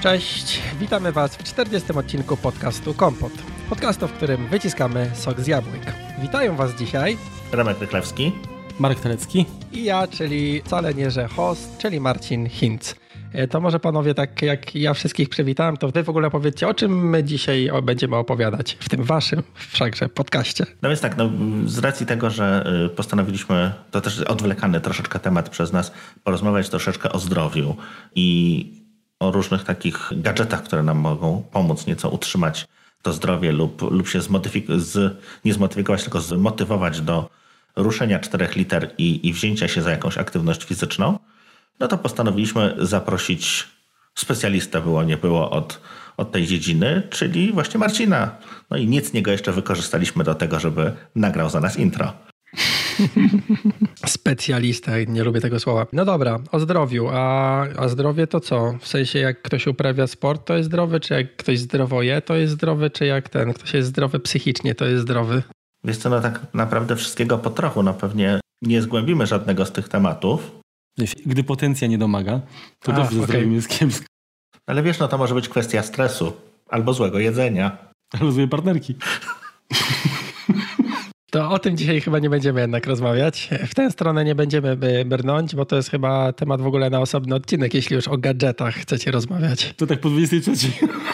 Cześć, witamy Was w 40. odcinku podcastu Kompot. Podcastu, w którym wyciskamy sok z jabłek. Witają Was dzisiaj Remek Rychlewski, Marek Telecki i ja, czyli wcale nie że host, czyli Marcin Hinc. To może panowie, tak jak ja wszystkich przywitałem, to wy w ogóle powiedzcie, o czym my dzisiaj będziemy opowiadać w tym waszym wszakże podcaście. No więc tak, z racji tego, że postanowiliśmy, to też odwlekany troszeczkę temat przez nas, porozmawiać troszeczkę o zdrowiu i o różnych takich gadżetach, które nam mogą pomóc nieco utrzymać to zdrowie lub się nie zmotywować, tylko zmotywować do ruszenia 4 liter i wzięcia się za jakąś aktywność fizyczną, no to postanowiliśmy zaprosić specjalistę, było nie było, od tej dziedziny, czyli właśnie Marcina. No i nic z niego jeszcze wykorzystaliśmy do tego, żeby nagrał za nas intro. Specjalista, nie lubię tego słowa. No dobra, o zdrowiu. A zdrowie to co? W sensie jak ktoś uprawia sport, to jest zdrowy, czy jak ktoś zdrowo je, to jest zdrowy, czy jak ktoś jest zdrowy psychicznie, to jest zdrowy? Wiesz co, no tak naprawdę wszystkiego po trochu. No pewnie nie zgłębimy żadnego z tych tematów. Gdy potencja nie domaga, to też ze zdrowiem jest kiepsko. Ale wiesz, no to może być kwestia stresu albo złego jedzenia. Albo złej partnerki. To o tym dzisiaj chyba nie będziemy jednak rozmawiać. W tę stronę nie będziemy brnąć, bo to jest chyba temat w ogóle na osobny odcinek, jeśli już o gadżetach chcecie rozmawiać. To tak po 23.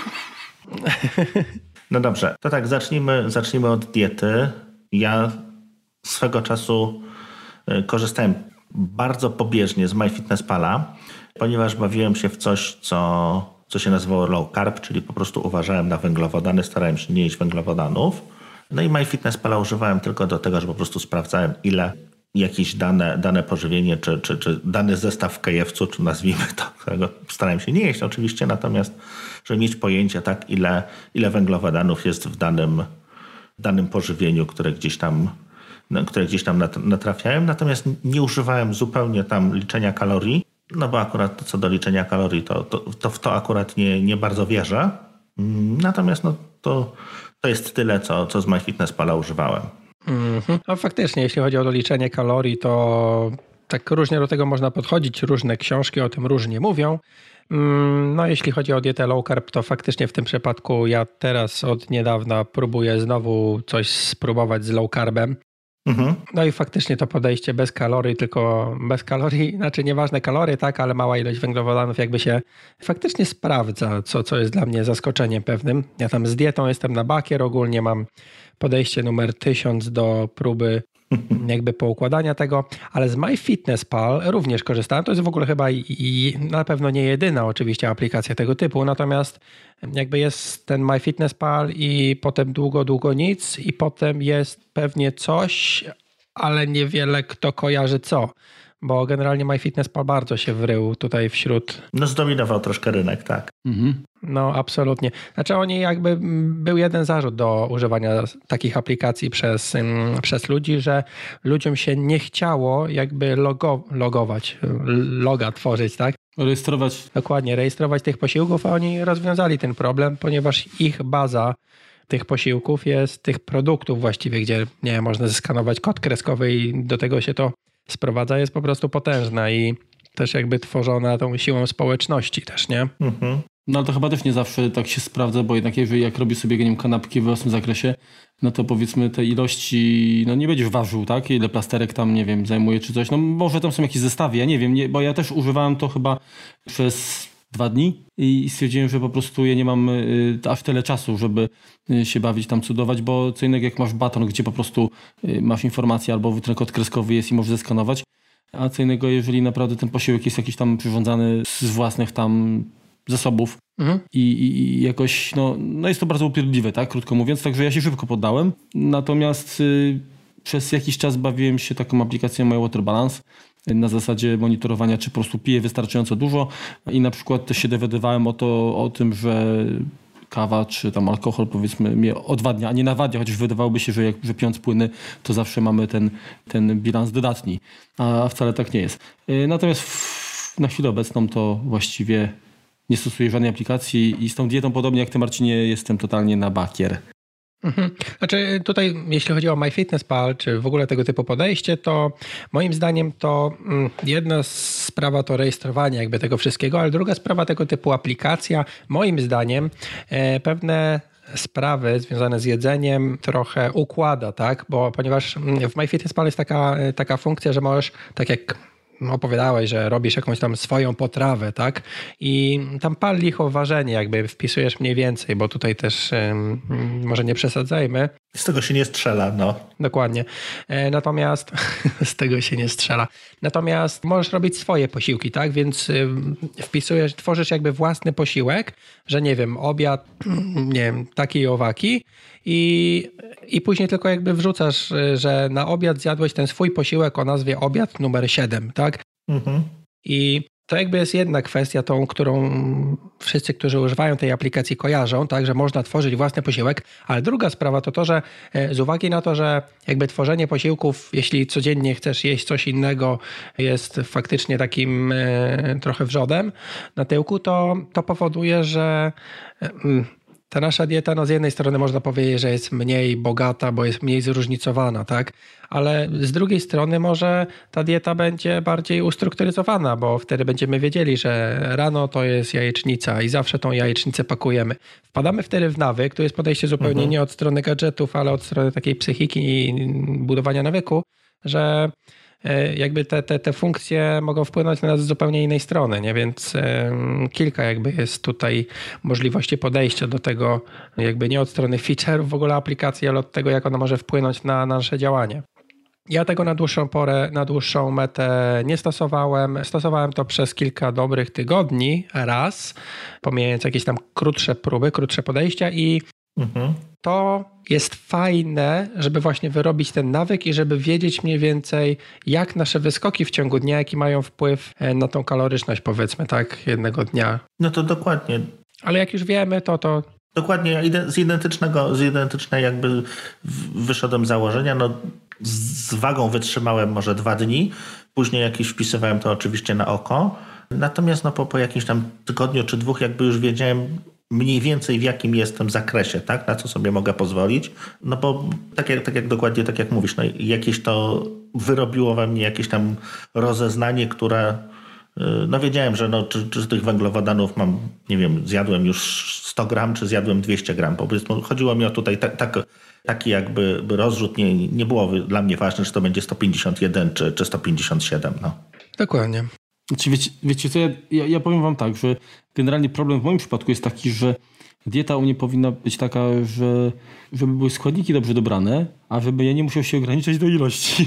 No dobrze, to tak zacznijmy od diety. Ja swego czasu korzystałem bardzo pobieżnie z MyFitnessPala, ponieważ bawiłem się w coś, co się nazywało low carb, czyli po prostu uważałem na węglowodany, starałem się nie jeść węglowodanów. No i MyFitnessPala używałem tylko do tego, że po prostu sprawdzałem, ile jakieś dane pożywienie, czy dany zestaw w kejewcu, czy nazwijmy to, którego starałem się nie jeść oczywiście, natomiast żeby mieć pojęcie, tak, ile węglowodanów jest w danym pożywieniu, które gdzieś tam natrafiałem. Natomiast nie używałem zupełnie tam liczenia kalorii, no bo akurat co do liczenia kalorii, to w to akurat nie bardzo wierzę. Natomiast no to jest tyle, co z MyFitnessPala używałem. No faktycznie, jeśli chodzi o liczenie kalorii, to tak różnie do tego można podchodzić. Różne książki o tym różnie mówią. No jeśli chodzi o dietę low carb, to faktycznie w tym przypadku ja teraz od niedawna próbuję znowu coś spróbować z low carbem. No i faktycznie to podejście bez kalorii, tylko bez kalorii, znaczy nieważne kalorie, tak, ale mała ilość węglowodanów jakby się faktycznie sprawdza, co jest dla mnie zaskoczeniem pewnym. Ja tam z dietą jestem na bakier, ogólnie mam podejście numer 1000 do próby jakby poukładania tego, ale z MyFitnessPal również korzystałem. To jest w ogóle chyba i na pewno nie jedyna oczywiście aplikacja tego typu, natomiast jakby jest ten MyFitnessPal i potem długo nic i potem jest pewnie coś, ale niewiele kto kojarzy co, bo generalnie MyFitnessPal bardzo się wrył tutaj wśród... No zdominował troszkę rynek, tak. No absolutnie. Znaczy był jeden zarzut do używania takich aplikacji przez ludzi, że ludziom się nie chciało jakby loga tworzyć, tak? Rejestrować. Dokładnie, rejestrować tych posiłków, a oni rozwiązali ten problem, ponieważ ich baza tych posiłków jest tych produktów właściwie, gdzie nie wiem, można zeskanować kod kreskowy i do tego się to sprowadza, jest po prostu potężna i też jakby tworzona tą siłą społeczności też, nie? No ale to chyba też nie zawsze tak się sprawdza, bo jednak jeżeli jak robisz sobie, nie wiem, kanapki w własnym zakresie, no to powiedzmy te ilości, no nie będziesz ważył, tak? Ile plasterek tam, nie wiem, zajmuje czy coś. No może tam są jakieś zestawy, ja nie wiem, bo ja też używałem to chyba przez 2 dni i stwierdziłem, że po prostu ja nie mam aż tyle czasu, żeby się bawić tam, cudować, bo co innego jak masz baton, gdzie po prostu masz informację albo ten kod kreskowy jest i możesz zeskanować, a co innego jeżeli naprawdę ten posiłek jest jakiś tam przyrządzany z własnych tam zasobów i jakoś, no jest to bardzo upierdliwe, tak, krótko mówiąc, także ja się szybko poddałem, natomiast przez jakiś czas bawiłem się taką aplikacją My Water Balance na zasadzie monitorowania, czy po prostu piję wystarczająco dużo i na przykład też się dowiadywałem o tym, że kawa czy tam alkohol powiedzmy mnie odwadnia, a nie nawadnia, chociaż wydawałoby się, że pijąc płyny to zawsze mamy ten bilans dodatni, a wcale tak nie jest. Natomiast na chwilę obecną to właściwie nie stosuję żadnej aplikacji i z tą dietą podobnie jak ty, Marcinie, jestem totalnie na bakier. Znaczy tutaj, jeśli chodzi o MyFitnessPal, czy w ogóle tego typu podejście, to moim zdaniem to jedna sprawa to rejestrowanie jakby tego wszystkiego, ale druga sprawa tego typu aplikacja, moim zdaniem pewne sprawy związane z jedzeniem trochę układa, tak? Ponieważ w MyFitnessPal jest taka funkcja, że możesz, tak jak opowiadałeś, że robisz jakąś tam swoją potrawę, tak? I tam pal licho ważenie jakby wpisujesz mniej więcej, bo tutaj też może nie przesadzajmy. Z tego się nie strzela, no. Dokładnie. Natomiast z tego się nie strzela. Natomiast możesz robić swoje posiłki, tak? Więc wpisujesz, tworzysz jakby własny posiłek, że nie wiem, obiad, nie wiem, taki i owaki i później tylko jakby wrzucasz, że na obiad zjadłeś ten swój posiłek o nazwie obiad numer 7, tak? I to jakby jest jedna kwestia, tą, którą wszyscy, którzy używają tej aplikacji kojarzą, tak, że można tworzyć własny posiłek, ale druga sprawa to, że z uwagi na to, że jakby tworzenie posiłków, jeśli codziennie chcesz jeść coś innego, jest faktycznie takim trochę wrzodem na tyłku, to powoduje, że ta nasza dieta, no z jednej strony można powiedzieć, że jest mniej bogata, bo jest mniej zróżnicowana, tak? Ale z drugiej strony może ta dieta będzie bardziej ustrukturyzowana, bo wtedy będziemy wiedzieli, że rano to jest jajecznica i zawsze tą jajecznicę pakujemy. Wpadamy wtedy w nawyk, to jest podejście zupełnie nie od strony gadżetów, ale od strony takiej psychiki i budowania nawyku, że jakby te funkcje mogą wpłynąć na nas z zupełnie innej strony, nie? Więc kilka jakby jest tutaj możliwości podejścia do tego, jakby nie od strony feature'ów w ogóle aplikacji, ale od tego, jak ona może wpłynąć na nasze działanie. Ja tego na dłuższą metę nie stosowałem. Stosowałem to przez kilka dobrych tygodni raz, pomijając jakieś tam krótsze próby, krótsze podejścia i to jest fajne, żeby właśnie wyrobić ten nawyk i żeby wiedzieć mniej więcej, jak nasze wyskoki w ciągu dnia, jaki mają wpływ na tą kaloryczność, powiedzmy, tak, jednego dnia. No to dokładnie. Ale jak już wiemy, to... Dokładnie, z identycznej jakby wyszedłem z założenia, no z wagą wytrzymałem może 2 dni, później jakiś wpisywałem to oczywiście na oko, natomiast no po jakimś tam tygodniu czy 2 jakby już wiedziałem mniej więcej w jakim jestem zakresie, tak, na co sobie mogę pozwolić, no bo dokładnie tak jak mówisz, no jakieś to wyrobiło we mnie jakieś tam rozeznanie, które no wiedziałem, że no, czy z tych węglowodanów mam, nie wiem, zjadłem już 100 gram, czy zjadłem 200 gram. Po prostu chodziło mi o tutaj taki jakby rozrzut. Nie było dla mnie ważne, czy to będzie 151 czy 157. No. Dokładnie. Znaczy, wiecie co, ja powiem wam tak, że generalnie problem w moim przypadku jest taki, że dieta u mnie powinna być taka, żeby były składniki dobrze dobrane, a żeby ja nie musiał się ograniczać do ilości.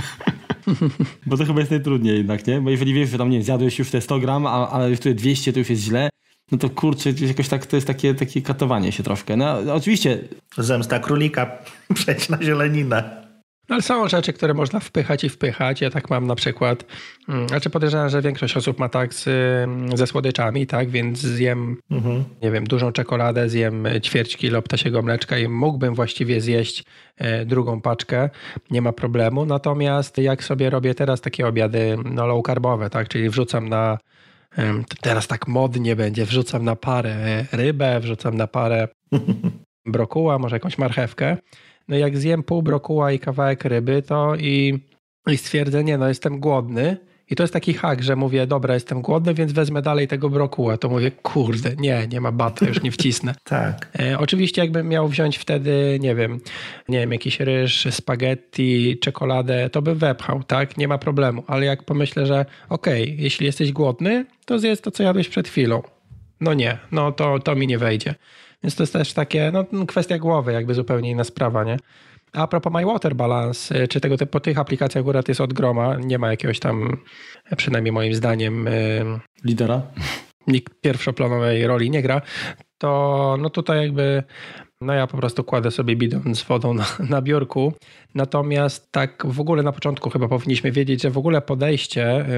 Bo to chyba jest najtrudniej jednak, nie? Bo jeżeli wiesz, że tam nie zjadłeś już te 100 gram, ale już tutaj 200 to już jest źle, no to kurczę, jakoś tak to jest takie katowanie się troszkę. No oczywiście... Zemsta królika, przejdź na zieleninę. No ale są rzeczy, które można wpychać i wpychać. Ja tak mam na przykład, znaczy podejrzewam, że większość osób ma tak ze słodyczami, tak, więc zjem, nie wiem, dużą czekoladę, zjem ćwierć kilo ptasiego mleczka i mógłbym właściwie zjeść drugą paczkę, nie ma problemu. Natomiast jak sobie robię teraz takie obiady no, low carbowe, tak, czyli wrzucam na, teraz tak modnie będzie, wrzucam na parę rybę, wrzucam na parę brokuła, może jakąś marchewkę. No jak zjem pół brokuła i kawałek ryby, to i stwierdzenie, no jestem głodny. I to jest taki hak, że mówię, dobra, jestem głodny, więc wezmę dalej tego brokuła. To mówię, kurde, nie ma bata, już nie wcisnę. Tak. Oczywiście jakbym miał wziąć wtedy, nie wiem, jakiś ryż, spaghetti, czekoladę, to bym wepchał, tak? Nie ma problemu. Ale jak pomyślę, że okej, jeśli jesteś głodny, to zjedz to, co jadłeś przed chwilą. No nie, no to mi nie wejdzie. Więc to jest też takie, no kwestia głowy, jakby zupełnie inna sprawa, nie? A propos My Water Balance, czy tego typu tych aplikacji akurat jest od groma, nie ma jakiegoś tam, przynajmniej moim zdaniem, lidera. Nikt pierwszoplanowej roli nie gra, to no tutaj jakby, no ja po prostu kładę sobie bidon z wodą na biurku. Natomiast tak w ogóle na początku chyba powinniśmy wiedzieć, że w ogóle podejście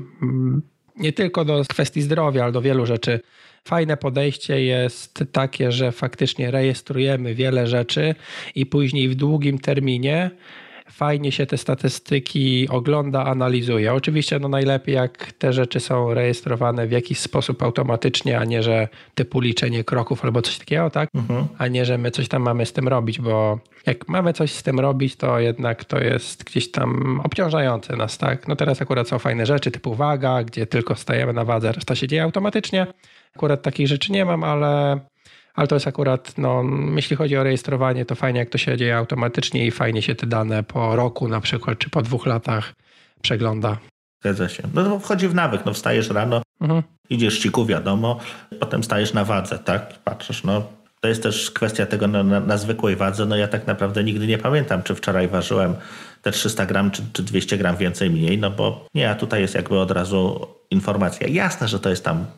nie tylko do kwestii zdrowia, ale do wielu rzeczy. Fajne podejście jest takie, że faktycznie rejestrujemy wiele rzeczy i później w długim terminie fajnie się te statystyki ogląda, analizuje. Oczywiście najlepiej jak te rzeczy są rejestrowane w jakiś sposób automatycznie, a nie, że typu liczenie kroków albo coś takiego, tak? A nie, że my coś tam mamy z tym robić, bo jak mamy coś z tym robić, to jednak to jest gdzieś tam obciążające nas, tak? No teraz akurat są fajne rzeczy typu waga, gdzie tylko stajemy na wadze, reszta się dzieje automatycznie. Akurat takich rzeczy nie mam, ale to jest akurat, jeśli chodzi o rejestrowanie, to fajnie jak to się dzieje automatycznie i fajnie się te dane po roku na przykład, czy po 2 latach przegląda. Zgadza się. No to wchodzi w nawyk, wstajesz rano, idziesz siku, wiadomo, potem stajesz na wadze, tak? Patrzysz, to jest też kwestia tego na zwykłej wadze. Ja tak naprawdę nigdy nie pamiętam, czy wczoraj ważyłem te 300 gram, czy 200 gram więcej, mniej, bo nie, a tutaj jest jakby od razu informacja. Jasne, że to jest tam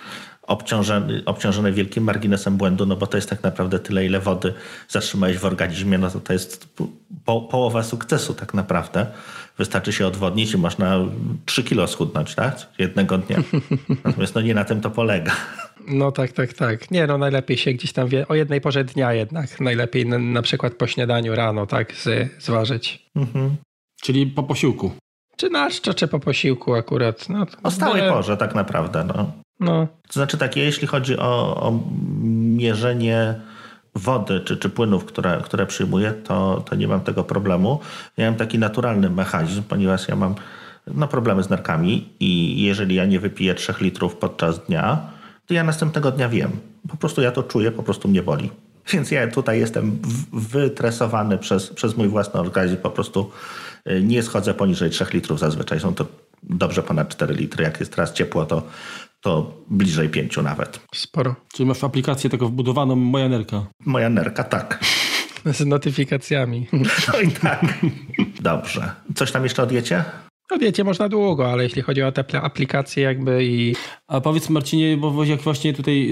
obciążone wielkim marginesem błędu, bo to jest tak naprawdę tyle, ile wody zatrzymałeś w organizmie, to jest połowa sukcesu tak naprawdę. Wystarczy się odwodnić i można 3 kilo schudnąć, tak? Jednego dnia. Natomiast nie na tym to polega. No tak. Nie, najlepiej się gdzieś tam o jednej porze dnia jednak. Najlepiej na przykład po śniadaniu rano, tak? Zważyć. Czyli po posiłku. Czy na czczo, czy po posiłku akurat. O stałej porze tak naprawdę, To znaczy jeśli chodzi o mierzenie wody czy płynów, które przyjmuję, to nie mam tego problemu. Ja mam taki naturalny mechanizm, ponieważ ja mam problemy z nerkami i jeżeli ja nie wypiję 3 litrów podczas dnia, to ja następnego dnia wiem. Po prostu ja to czuję, po prostu mnie boli. Więc ja tutaj jestem wytresowany przez mój własny organizm. Po prostu nie schodzę poniżej 3 litrów zazwyczaj. Są to dobrze ponad 4 litry. Jak jest teraz ciepło, to bliżej 5 nawet. Sporo. Czyli masz aplikację taką wbudowaną, Moja Nerka. Moja Nerka, tak. Z notyfikacjami. I tak. Dobrze. Coś tam jeszcze o diecie? O diecie można długo, ale jeśli chodzi o te aplikacje jakby i... A powiedz Marcinie, bo jak właśnie tutaj,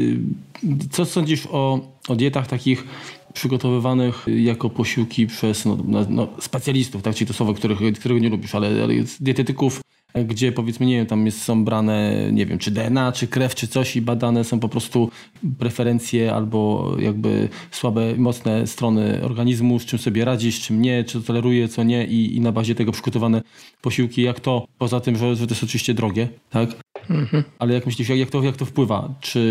co sądzisz o dietach takich przygotowywanych jako posiłki przez specjalistów, tak? Czyli to słowo, którego nie lubisz, ale dietetyków, gdzie powiedzmy, nie wiem, tam są brane, nie wiem, czy DNA, czy krew, czy coś i badane są po prostu preferencje albo jakby słabe, mocne strony organizmu, z czym sobie radzisz, czym nie, czy to toleruje, co nie i na bazie tego przygotowane posiłki, jak to, poza tym, że to jest oczywiście drogie, tak? Ale jak myślisz, jak to wpływa?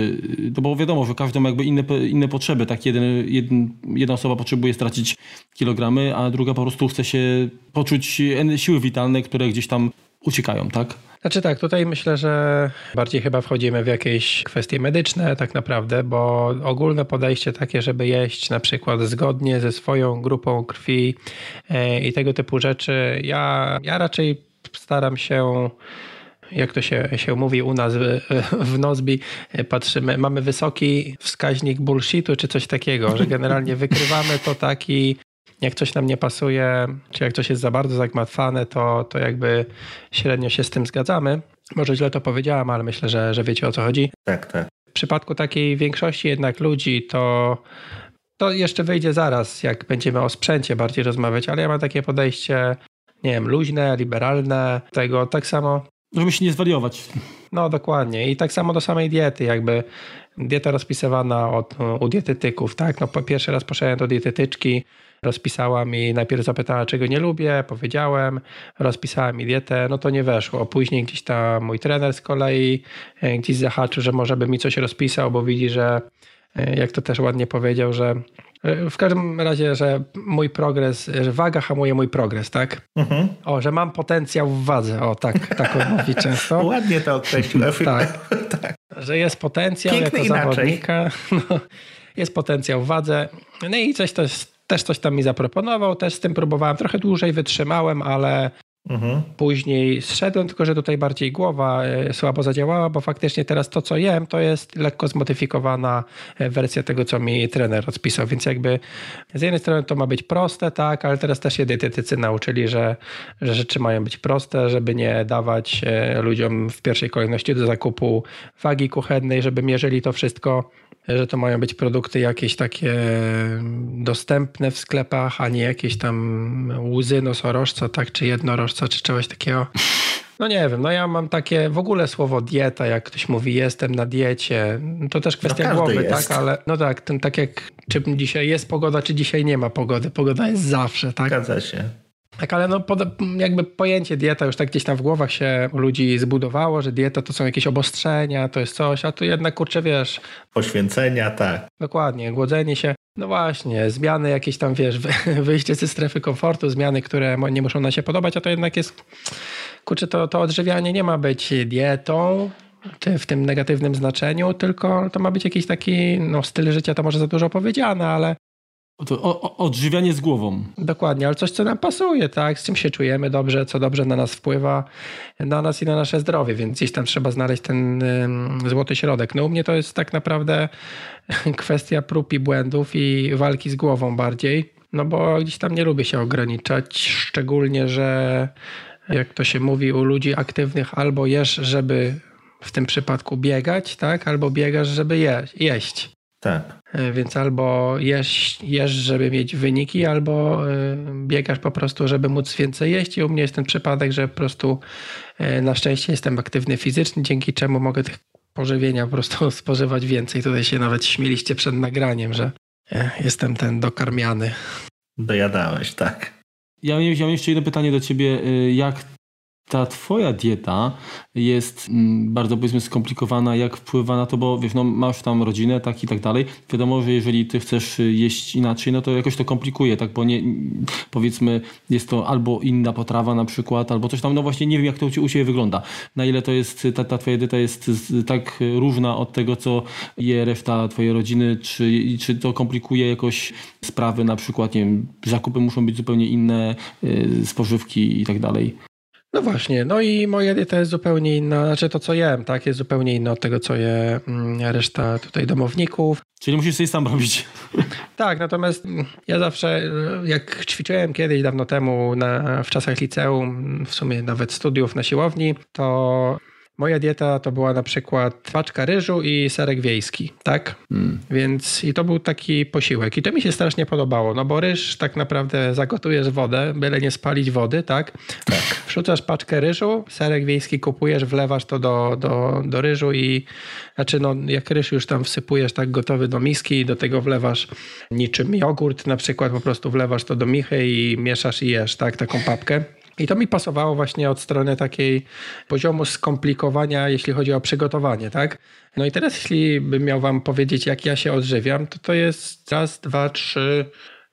Bo wiadomo, że każdy ma jakby inne potrzeby, tak? Jedna osoba potrzebuje stracić kilogramy, a druga po prostu chce się poczuć siły witalne, które gdzieś tam uciekają, tak? Znaczy tak, tutaj myślę, że bardziej chyba wchodzimy w jakieś kwestie medyczne tak naprawdę, bo ogólne podejście takie, żeby jeść na przykład zgodnie ze swoją grupą krwi i tego typu rzeczy, ja raczej staram się, jak to się mówi u nas w Nozbi, patrzymy, mamy wysoki wskaźnik bullshitu czy coś takiego, że generalnie wykrywamy to taki, jak coś nam nie pasuje, czy jak coś jest za bardzo zagmatwane, to jakby średnio się z tym zgadzamy. Może źle to powiedziałem, ale myślę, że wiecie o co chodzi. Tak. W przypadku takiej większości jednak ludzi to jeszcze wyjdzie zaraz, jak będziemy o sprzęcie bardziej rozmawiać, ale ja mam takie podejście, nie wiem, luźne, liberalne, tego tak samo. Żeby się nie zwariować. No dokładnie. I tak samo do samej diety, jakby dieta rozpisywana u dietetyków, tak? Pierwszy raz poszedłem do dietetyczki, rozpisała mi, najpierw zapytała, czego nie lubię, powiedziałem, rozpisała mi dietę, to nie weszło. Później gdzieś tam mój trener z kolei gdzieś zahaczył, że może by mi coś rozpisał, bo widzi, że jak to też ładnie powiedział, że w każdym razie, że mój progres, że waga hamuje mój progres, tak? Że mam potencjał w wadze, tak on mówi często. Ładnie to określił. Tak. Że jest potencjał piękny jako inaczej. zawodnika, jest potencjał w wadze, i też coś tam mi zaproponował, też z tym próbowałem, trochę dłużej wytrzymałem, ale później zszedłem, tylko że tutaj bardziej głowa słabo zadziałała, bo faktycznie teraz to, co jem, to jest lekko zmodyfikowana wersja tego, co mi trener rozpisał, więc jakby z jednej strony to ma być proste, tak, ale teraz też się dietetycy nauczyli, że rzeczy mają być proste, żeby nie dawać ludziom w pierwszej kolejności do zakupu wagi kuchennej, żeby mierzyli to wszystko, że to mają być produkty jakieś takie dostępne w sklepach, a nie jakieś tam łzy nosorożca, tak, czy jednorożca, czy czegoś takiego. Nie wiem, ja mam takie, w ogóle słowo dieta, jak ktoś mówi, jestem na diecie, to też kwestia głowy, jest. tak, ale tak jak czy dzisiaj jest pogoda, czy dzisiaj nie ma pogody. Pogoda jest zawsze, tak? Zgadza się. Tak, ale no jakby pojęcie dieta już tak gdzieś tam w głowach się u ludzi zbudowało, że dieta to są jakieś obostrzenia, to jest coś, a tu jednak, kurczę, wiesz... Poświęcenia, tak. Dokładnie, głodzenie się. No właśnie, zmiany jakieś tam, wiesz, wyjście ze strefy komfortu, zmiany, które nie muszą nam się podobać, a to jednak jest... Kurczę, to odżywianie nie ma być dietą, w tym negatywnym znaczeniu, tylko to ma być jakiś taki, no styl życia to może za dużo powiedziane, ale... Odżywianie z głową. Dokładnie, ale coś, co nam pasuje, tak? Z czym się czujemy dobrze, co dobrze na nas wpływa, na nas i na nasze zdrowie, więc gdzieś tam trzeba znaleźć ten złoty środek. No u mnie to jest tak naprawdę kwestia prób i błędów i walki z głową bardziej, no bo gdzieś tam nie lubię się ograniczać, szczególnie, że jak to się mówi u ludzi aktywnych, albo jesz, żeby w tym przypadku biegać, tak? Albo biegasz, żeby jeść. Tak. Więc albo jesz, żeby mieć wyniki, albo biegasz po prostu, żeby móc więcej jeść. I u mnie jest ten przypadek, że po prostu na szczęście jestem aktywny fizycznie, dzięki czemu mogę tych pożywienia po prostu spożywać więcej. Tutaj się nawet śmieliście przed nagraniem, że jestem ten dokarmiany. Dojadałeś, tak. Ja mam jeszcze jedno pytanie do ciebie. Jak ta twoja dieta jest bardzo, powiedzmy, skomplikowana, jak wpływa na to, bo wiesz, no masz tam rodzinę, tak i tak dalej. Wiadomo, że jeżeli ty chcesz jeść inaczej, no to jakoś to komplikuje, tak, bo nie, powiedzmy, jest to albo inna potrawa na przykład, albo coś tam, no właśnie nie wiem, jak to u ciebie wygląda. Na ile to jest, ta twoja dieta jest tak różna od tego, co je reszta twojej rodziny, czy to komplikuje jakoś sprawy, na przykład, nie wiem, zakupy muszą być zupełnie inne, spożywki i tak dalej. No właśnie, no i moja dieta jest zupełnie inna, znaczy to co jem, tak, jest zupełnie inne od tego, co je reszta tutaj domowników. Czyli musisz sobie sam robić. Tak, natomiast ja zawsze, jak ćwiczyłem kiedyś, dawno temu, w czasach liceum, w sumie nawet studiów na siłowni, to moja dieta to była na przykład paczka ryżu i serek wiejski, tak? Więc i to był taki posiłek i to mi się strasznie podobało, no bo ryż tak naprawdę zagotujesz wodę, byle nie spalić wody, tak? Tak. Wrzucasz paczkę ryżu, serek wiejski kupujesz, wlewasz to do ryżu i znaczy no jak ryż już tam wsypujesz tak gotowy do miski i do tego wlewasz niczym jogurt na przykład, po prostu wlewasz to do michy i mieszasz i jesz, tak? Taką papkę. I to mi pasowało właśnie od strony takiej poziomu skomplikowania, jeśli chodzi o przygotowanie, tak? No i teraz jeśli bym miał wam powiedzieć, jak ja się odżywiam, to jest raz, dwa, trzy,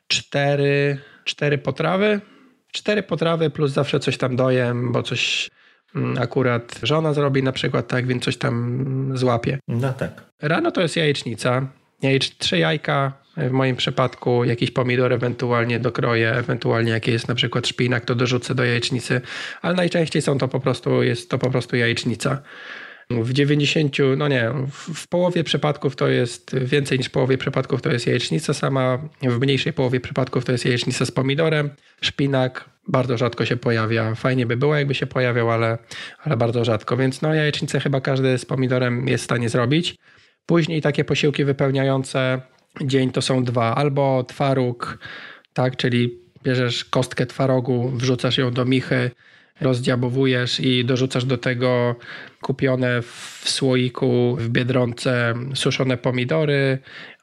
cztery potrawy. 4 potrawy plus zawsze coś tam dojem, bo coś akurat żona zrobi na przykład, tak, więc coś tam złapie. No tak. Rano to jest jajecznica, 3 jajka, w moim przypadku jakiś pomidor ewentualnie dokroję, ewentualnie jak jest na przykład szpinak, to dorzucę do jajecznicy, ale najczęściej jest to po prostu jajecznica. W 90, no nie, w połowie przypadków to jest, więcej niż połowie przypadków to jest jajecznica sama, w mniejszej połowie przypadków to jest jajecznica z pomidorem, szpinak bardzo rzadko się pojawia, fajnie by było jakby się pojawiał, ale bardzo rzadko, więc no jajecznicę chyba każdy z pomidorem jest w stanie zrobić. Później takie posiłki wypełniające dzień to są 2, albo twaróg, tak, czyli bierzesz kostkę twarogu, wrzucasz ją do michy, rozdziabowujesz i dorzucasz do tego kupione w słoiku w Biedronce suszone pomidory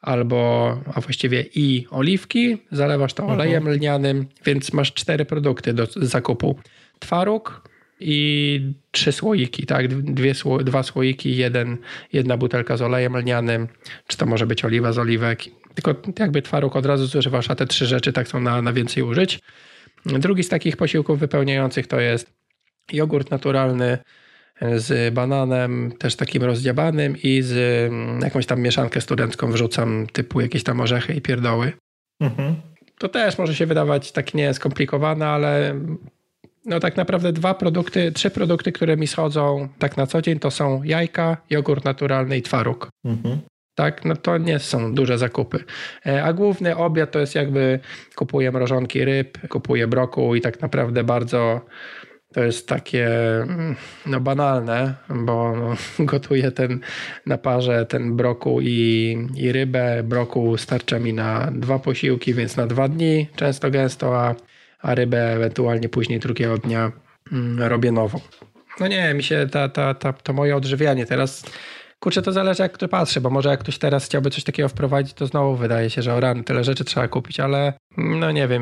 a właściwie i oliwki, zalewasz to olejem lnianym, więc masz 4 produkty do zakupu. Twaróg i 3 słoiki, tak? 2 słoiki, jedna butelka z olejem lnianym, czy to może być oliwa z oliwek. Tylko jakby twaróg od razu zużywasz, a te 3 rzeczy tak są na więcej użyć. Drugi z takich posiłków wypełniających to jest jogurt naturalny z bananem, też takim rozdziabanym i z jakąś tam mieszankę studencką wrzucam, typu jakieś tam orzechy i pierdoły. To też może się wydawać tak nie skomplikowane, ale no tak naprawdę 3 produkty, które mi schodzą tak na co dzień, to są jajka, jogurt naturalny i twaróg. Tak, no to nie są duże zakupy. A główny obiad to jest jakby kupuję mrożonki ryb, kupuję brokuł i tak naprawdę bardzo to jest takie no banalne, bo gotuję na parze ten brokuł i rybę. Brokuł starcza mi na 2 posiłki, więc na 2 dni często gęsto, a rybę ewentualnie później drugiego dnia robię nową. No nie, mi się to moje odżywianie teraz... Kurczę, to zależy jak kto patrzy, bo może jak ktoś teraz chciałby coś takiego wprowadzić, to znowu wydaje się, że o rany, tyle rzeczy trzeba kupić, ale no nie wiem.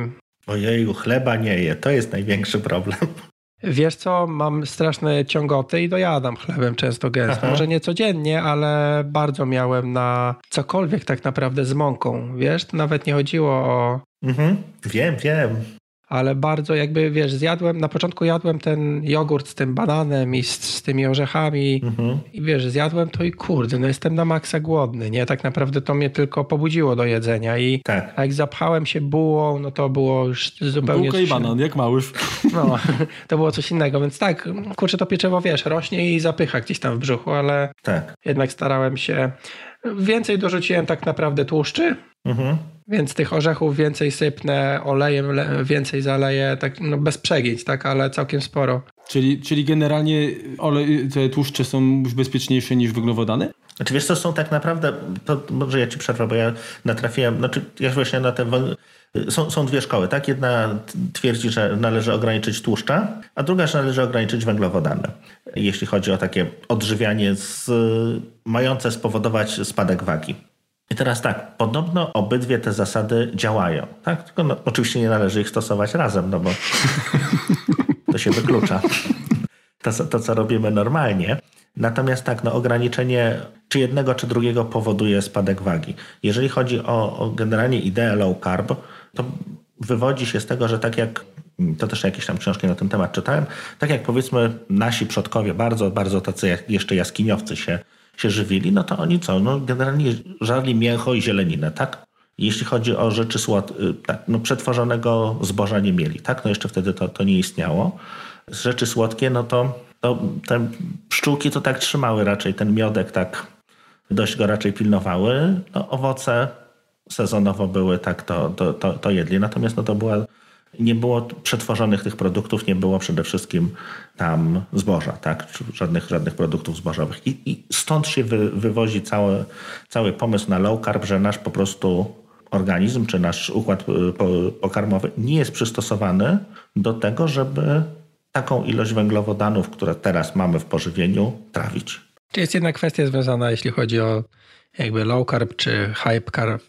Ojeju, chleba nie je, to jest największy problem. Wiesz co, mam straszne ciągoty i dojadam chlebem często gęsto. Może nie codziennie, ale bardzo miałem na cokolwiek tak naprawdę z mąką. Wiesz, to nawet nie chodziło o... Wiem. Ale bardzo jakby, wiesz, na początku jadłem ten jogurt z tym bananem i z tymi orzechami i wiesz, zjadłem to i kurde, no jestem na maksa głodny, nie? Tak naprawdę to mnie tylko pobudziło do jedzenia i tak. Jak zapchałem się bułą, no to było już zupełnie... Bułka i banan, jak małyż. No, to było coś innego, więc tak, kurczę, to pieczywo, wiesz, rośnie i zapycha gdzieś tam w brzuchu, ale jednak starałem się... Więcej dorzuciłem tak naprawdę tłuszczy, więc tych orzechów więcej sypnę, olejem więcej zaleję, tak no bez przegięć, tak, ale całkiem sporo. Czyli generalnie te tłuszcze są już bezpieczniejsze niż węglowodany? Znaczy wiesz co, są tak naprawdę, to może ja ci przerwę, bo ja natrafiłem, ja właśnie na te... Są dwie szkoły, tak? Jedna twierdzi, że należy ograniczyć tłuszcza, a druga, że należy ograniczyć węglowodany. Jeśli chodzi o takie odżywianie mające spowodować spadek wagi. I teraz tak, podobno obydwie te zasady działają, tak? Tylko oczywiście nie należy ich stosować razem, no bo to się wyklucza. To, co robimy normalnie. Natomiast tak, ograniczenie czy jednego, czy drugiego powoduje spadek wagi. Jeżeli chodzi o generalnie ideę low carb, to wywodzi się z tego, że tak jak, to też jakieś tam książki na ten temat czytałem, tak jak powiedzmy nasi przodkowie, bardzo, bardzo tacy jeszcze jaskiniowcy się żywili, no to oni generalnie żarli mięcho i zieleninę, tak? Jeśli chodzi o rzeczy tak, przetworzonego zboża nie mieli, tak? Jeszcze wtedy to nie istniało. Rzeczy słodkie, to te pszczółki to tak trzymały raczej, ten miodek tak dość go raczej pilnowały. Owoce sezonowo były, tak to jedli. Natomiast nie było przetworzonych tych produktów, nie było przede wszystkim tam zboża, tak? Żadnych produktów zbożowych. I stąd się wywozi cały pomysł na low carb, że nasz po prostu organizm, czy nasz układ pokarmowy nie jest przystosowany do tego, żeby taką ilość węglowodanów, które teraz mamy w pożywieniu, trawić. Czy jest jedna kwestia związana, jeśli chodzi o jakby low carb, czy high carb,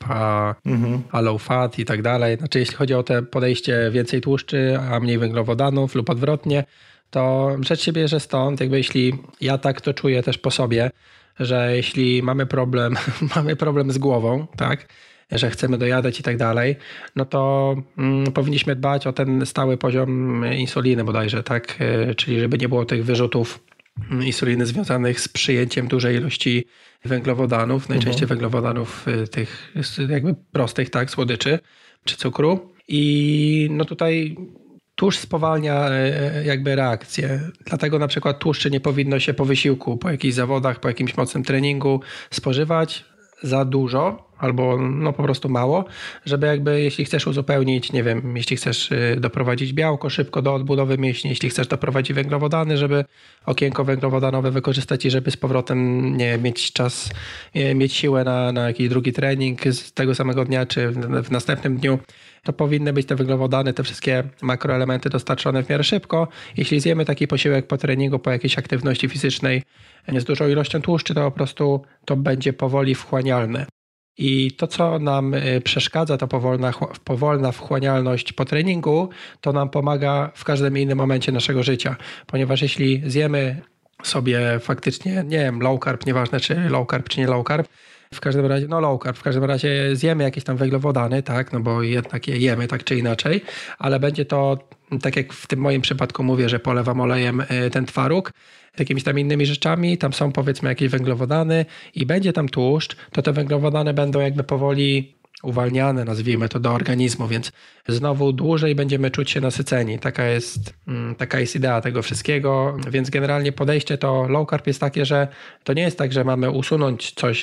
a low fat i tak dalej. Znaczy jeśli chodzi o te podejście więcej tłuszczy, a mniej węglowodanów lub odwrotnie, to rzecz się bierze stąd, jakby jeśli ja tak to czuję też po sobie, że jeśli mamy problem z głową, tak, że chcemy dojadać i tak dalej, no to powinniśmy dbać o ten stały poziom insuliny bodajże, tak, czyli żeby nie było tych wyrzutów insuliny związanych z przyjęciem dużej ilości węglowodanów, najczęściej węglowodanów tych jakby prostych, tak, słodyczy czy cukru. I no tutaj tłuszcz spowalnia jakby reakcję. Dlatego na przykład tłuszczy nie powinno się po wysiłku, po jakichś zawodach, po jakimś mocnym treningu spożywać za dużo albo po prostu mało, żeby jakby jeśli chcesz uzupełnić, nie wiem, jeśli chcesz doprowadzić białko szybko do odbudowy mięśni, jeśli chcesz doprowadzić węglowodany, żeby okienko węglowodanowe wykorzystać i żeby z powrotem mieć czas, mieć siłę na jakiś drugi trening z tego samego dnia czy w następnym dniu, to powinny być te węglowodany, te wszystkie makroelementy dostarczone w miarę szybko. Jeśli zjemy taki posiłek po treningu, po jakiejś aktywności fizycznej z dużą ilością tłuszczy, to po prostu to będzie powoli wchłanialne. I to, co nam przeszkadza, to powolna wchłanialność po treningu, to nam pomaga w każdym innym momencie naszego życia. Ponieważ jeśli zjemy sobie faktycznie, nie wiem, low carb, nieważne czy low carb, czy nie low carb, w każdym razie, low carb, w każdym razie zjemy jakieś tam węglowodany, tak, no bo jednak je jemy tak czy inaczej, ale będzie to, tak jak w tym moim przypadku mówię, że polewam olejem ten twaróg, jakimiś tam innymi rzeczami, tam są powiedzmy jakieś węglowodany i będzie tam tłuszcz, to te węglowodany będą jakby powoli uwalniane, nazwijmy to, do organizmu, więc znowu dłużej będziemy czuć się nasyceni. Taka jest idea tego wszystkiego, więc generalnie podejście to low carb jest takie, że to nie jest tak, że mamy usunąć coś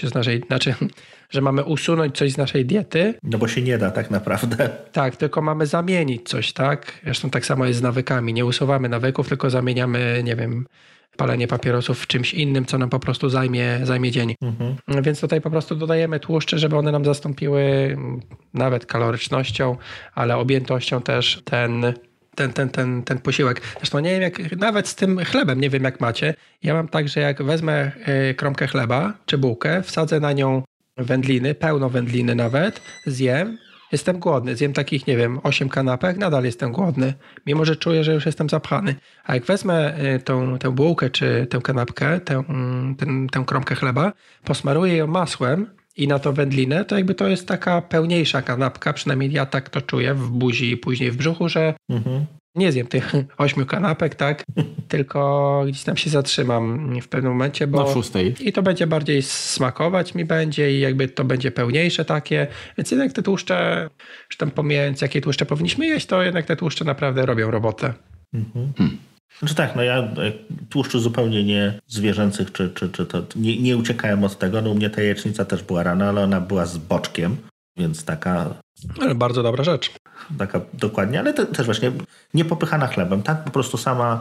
że mamy usunąć coś z naszej diety. No bo się nie da tak naprawdę. Tak, tylko mamy zamienić coś, tak? Zresztą tak samo jest z nawykami. Nie usuwamy nawyków, tylko zamieniamy, nie wiem, palenie papierosów w czymś innym, co nam po prostu zajmie dzień. Więc tutaj po prostu dodajemy tłuszcze, żeby one nam zastąpiły nawet kalorycznością, ale objętością też ten posiłek. Zresztą nie wiem, jak nawet z tym chlebem, nie wiem jak macie. Ja mam tak, że jak wezmę kromkę chleba czy bułkę, wsadzę na nią wędliny, pełno wędliny nawet, zjem, jestem głodny. Zjem takich, nie wiem, 8 kanapek, nadal jestem głodny. Mimo, że czuję, że już jestem zapchany. A jak wezmę tę bułkę czy tę kanapkę, tę kromkę chleba, posmaruję ją masłem i na to wędlinę, to jakby to jest taka pełniejsza kanapka, przynajmniej ja tak to czuję w buzi i później w brzuchu, że nie zjem tych 8 kanapek, tak? Tylko gdzieś tam się zatrzymam w pewnym momencie, bo... Na 6. I to będzie bardziej smakować mi będzie i jakby to będzie pełniejsze takie. Więc jednak te tłuszcze, czy tam pomijając jakie tłuszcze powinniśmy jeść, to jednak te tłuszcze naprawdę robią robotę. Znaczy tak, no ja tłuszczu zupełnie nie zwierzęcych, czy to nie uciekałem od tego. No u mnie ta jajecznica też była rana, ale ona była z boczkiem, więc taka... Ale bardzo dobra rzecz. Taka dokładnie, ale też właśnie nie popychana chlebem, tak? Po prostu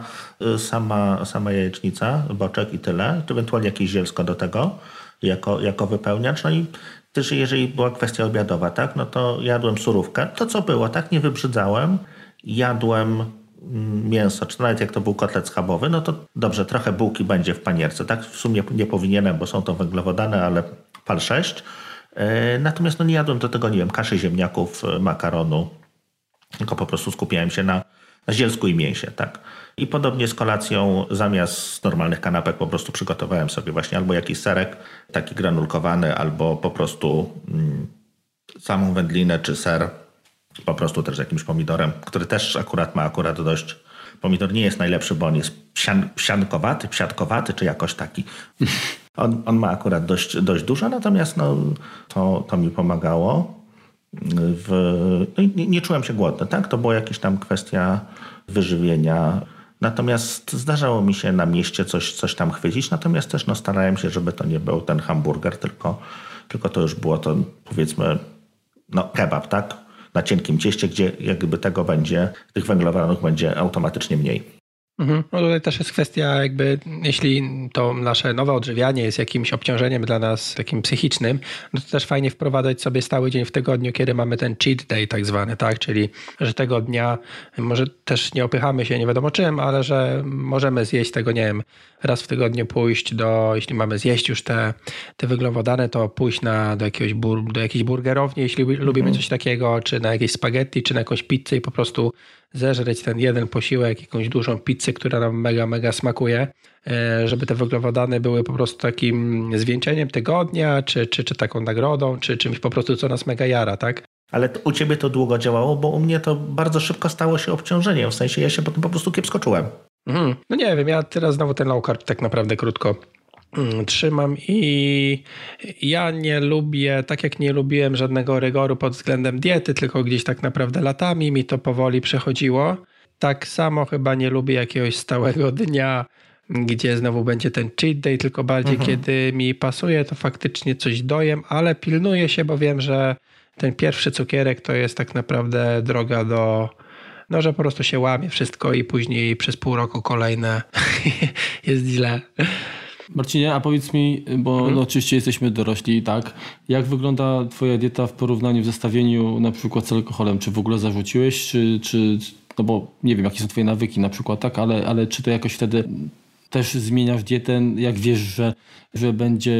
sama jajecznica, boczek i tyle. Ewentualnie jakieś zielsko do tego jako wypełniacz. No i też jeżeli była kwestia obiadowa, tak? No to jadłem surówkę. To co było, tak? Nie wybrzydzałem. Jadłem mięso, czy nawet jak to był kotlet schabowy, no to dobrze, trochę bułki będzie w panierce, tak? W sumie nie powinienem, bo są to węglowodany, ale pal 6. Natomiast no nie jadłem do tego, nie wiem, kaszy ziemniaków, makaronu, tylko po prostu skupiałem się na zielsku i mięsie, tak? I podobnie z kolacją zamiast normalnych kanapek po prostu przygotowałem sobie właśnie albo jakiś serek taki granulkowany, albo po prostu samą wędlinę czy ser, po prostu też z jakimś pomidorem, który też ma dość... Pomidor nie jest najlepszy, bo on jest psiatkowaty, czy jakoś taki. On ma akurat dość dużo, natomiast no, to mi pomagało. No i nie czułem się głodny, tak? To była jakaś tam kwestia wyżywienia. Natomiast zdarzało mi się na mieście coś tam chwycić, natomiast też no, starałem się, żeby to nie był ten hamburger, tylko to już było to, powiedzmy, no kebab, tak? Na cienkim cieście, gdzie jakby tych węglowodanów będzie automatycznie mniej. No tutaj też jest kwestia jakby, jeśli to nasze nowe odżywianie jest jakimś obciążeniem dla nas takim psychicznym, no to też fajnie wprowadzać sobie stały dzień w tygodniu, kiedy mamy ten cheat day tak zwany, tak? Czyli, że tego dnia może też nie opychamy się nie wiadomo czym, ale że możemy zjeść tego, nie wiem, raz w tygodniu pójść jeśli mamy zjeść już te węglowodany, to pójść do jakiejś burgerowni, jeśli lubimy coś takiego, czy na jakieś spaghetti, czy na jakąś pizzę i po prostu zeżreć ten jeden posiłek, jakąś dużą pizzę, która nam mega, mega smakuje, żeby te węglowodany były po prostu takim zwieńczeniem tygodnia, czy taką nagrodą, czy czymś po prostu, co nas mega jara, tak? Ale u ciebie to długo działało, bo u mnie to bardzo szybko stało się obciążeniem, w sensie ja się potem po prostu kiepsko czułem. No nie wiem, ja teraz znowu ten low carb tak naprawdę krótko trzymam i ja nie lubię, tak jak nie lubiłem żadnego rygoru pod względem diety, tylko gdzieś tak naprawdę latami mi to powoli przechodziło. Tak samo chyba nie lubię jakiegoś stałego dnia, gdzie znowu będzie ten cheat day, tylko bardziej kiedy mi pasuje, to faktycznie coś dojem, ale pilnuję się, bo wiem, że ten pierwszy cukierek to jest tak naprawdę droga no, że po prostu się łamie wszystko i później przez pół roku kolejne jest źle. Marcinie, a powiedz mi, bo no, oczywiście jesteśmy dorośli, tak? Jak wygląda twoja dieta w porównaniu, w zestawieniu na przykład z alkoholem? Czy w ogóle zarzuciłeś, czy no bo nie wiem, jakie są twoje nawyki na przykład, tak? Ale czy to jakoś wtedy też zmieniasz dietę, jak wiesz, że będzie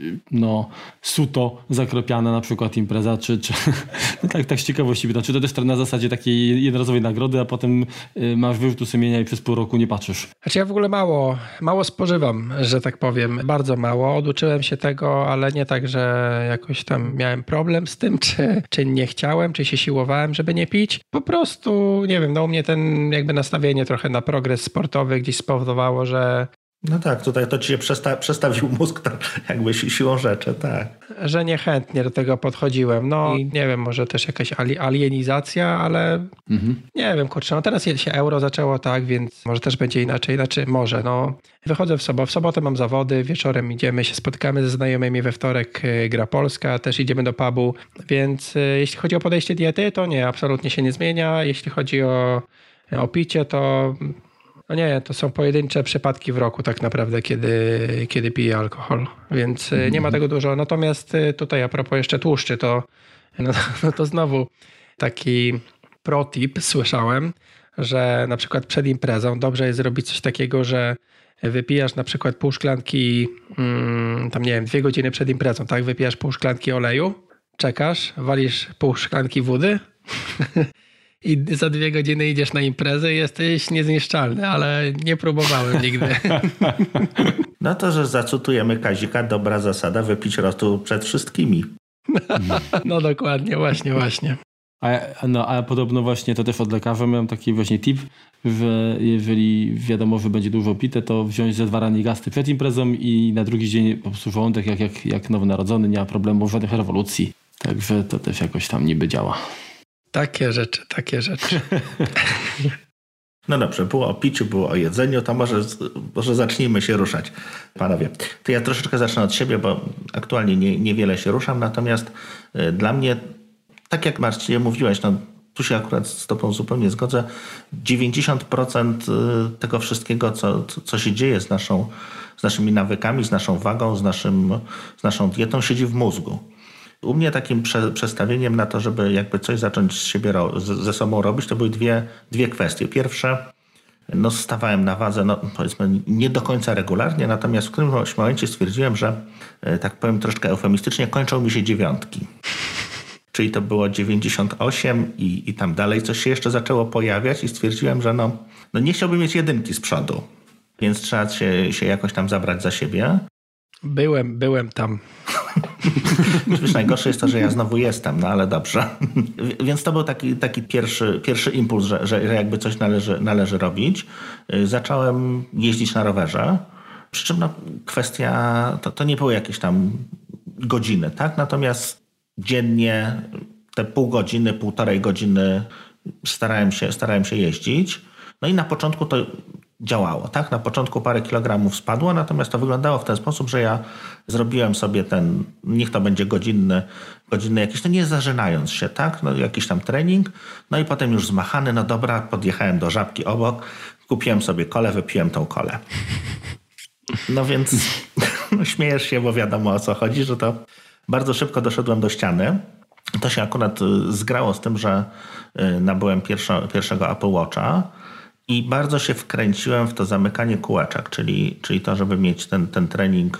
no suto zakropiana na przykład impreza, czy no tak z ciekawości pytam, czy to też na zasadzie takiej jednorazowej nagrody, a potem masz wyrzutu sumienia i przez pół roku nie patrzysz? Znaczy ja w ogóle mało spożywam, że tak powiem, bardzo mało. Oduczyłem się tego, ale nie tak, że jakoś tam miałem problem z tym, czy nie chciałem, czy się siłowałem, żeby nie pić. Po prostu, nie wiem, no u mnie ten jakby nastawienie trochę na progres sportowy gdzieś spowodowało, że no tak, tutaj to ci się przestawił mózg tak, jakby siłą rzeczy, tak. Że niechętnie do tego podchodziłem. No i nie wiem, może też jakaś alienizacja, ale nie wiem, kurczę, no teraz się euro zaczęło, tak, więc może też będzie inaczej, może, no. Wychodzę w sobotę mam zawody, wieczorem idziemy, się spotykamy ze znajomymi, we wtorek gra Polska, też idziemy do pubu, więc jeśli chodzi o podejście diety, to nie, absolutnie się nie zmienia. Jeśli chodzi o picie, to no nie, to są pojedyncze przypadki w roku tak naprawdę, kiedy piję alkohol, więc nie ma tego dużo. Natomiast tutaj a propos jeszcze tłuszczy, to znowu taki pro-tip słyszałem, że na przykład przed imprezą dobrze jest zrobić coś takiego, że wypijasz na przykład pół szklanki, tam nie wiem, 2 godziny przed imprezą, tak? Wypijasz pół szklanki oleju, czekasz, walisz pół szklanki wody i za 2 godziny idziesz na imprezę i jesteś niezniszczalny, ale nie próbowałem nigdy. No to, że zacytujemy Kazika, dobra zasada, wypić rotu przed wszystkimi. No dokładnie, właśnie. A podobno właśnie to też od lekarza miałem taki właśnie tip, że jeżeli wiadomo, że będzie dużo pite, to wziąć ze 2 ranigasty przed imprezą i na drugi dzień po prostu żołądek jak nowonarodzony, nie ma problemu, żadnych rewolucji. Także to też jakoś tam niby działa. Takie rzeczy. No dobrze, było o piciu, było o jedzeniu, to może zacznijmy się ruszać, panowie. To ja troszeczkę zacznę od siebie, bo aktualnie niewiele się ruszam, natomiast dla mnie, tak jak Marcinie mówiłeś, no tu się akurat z tobą zupełnie zgodzę, 90% tego wszystkiego, co się dzieje z naszymi nawykami, z naszą wagą, z naszą dietą, siedzi w mózgu. U mnie takim przestawieniem na to, żeby jakby coś zacząć ze sobą robić, to były dwie kwestie. Pierwsze, no stawałem na wadze, no powiedzmy nie do końca regularnie, natomiast w którymś momencie stwierdziłem, że tak powiem troszkę eufemistycznie, kończą mi się 9. Czyli to było 98 i tam dalej coś się jeszcze zaczęło pojawiać i stwierdziłem, że no nie chciałbym mieć 1 z przodu, więc trzeba się jakoś tam zabrać za siebie. Byłem tam. Wiesz, najgorsze jest to, że ja znowu jestem, no ale dobrze. Więc to był taki pierwszy impuls, że jakby coś należy robić. Zacząłem jeździć na rowerze, przy czym no, kwestia, to nie były jakieś tam godziny, tak? Natomiast dziennie te pół godziny, 1,5 godziny starałem się jeździć. No i na początku to działało, tak? Na początku parę kilogramów spadło, natomiast to wyglądało w ten sposób, że ja zrobiłem sobie niech to będzie godzinny jakiś, no nie zażynając się, tak? No jakiś tam trening, no i potem już zmachany, no dobra, podjechałem do Żabki obok, kupiłem sobie kolę, wypiłem tą kolę. No więc no śmiejesz się, bo wiadomo o co chodzi, że to bardzo szybko doszedłem do ściany. To się akurat zgrało z tym, że nabyłem pierwszego Apple Watcha i bardzo się wkręciłem w to zamykanie kółeczek, czyli to, żeby mieć ten trening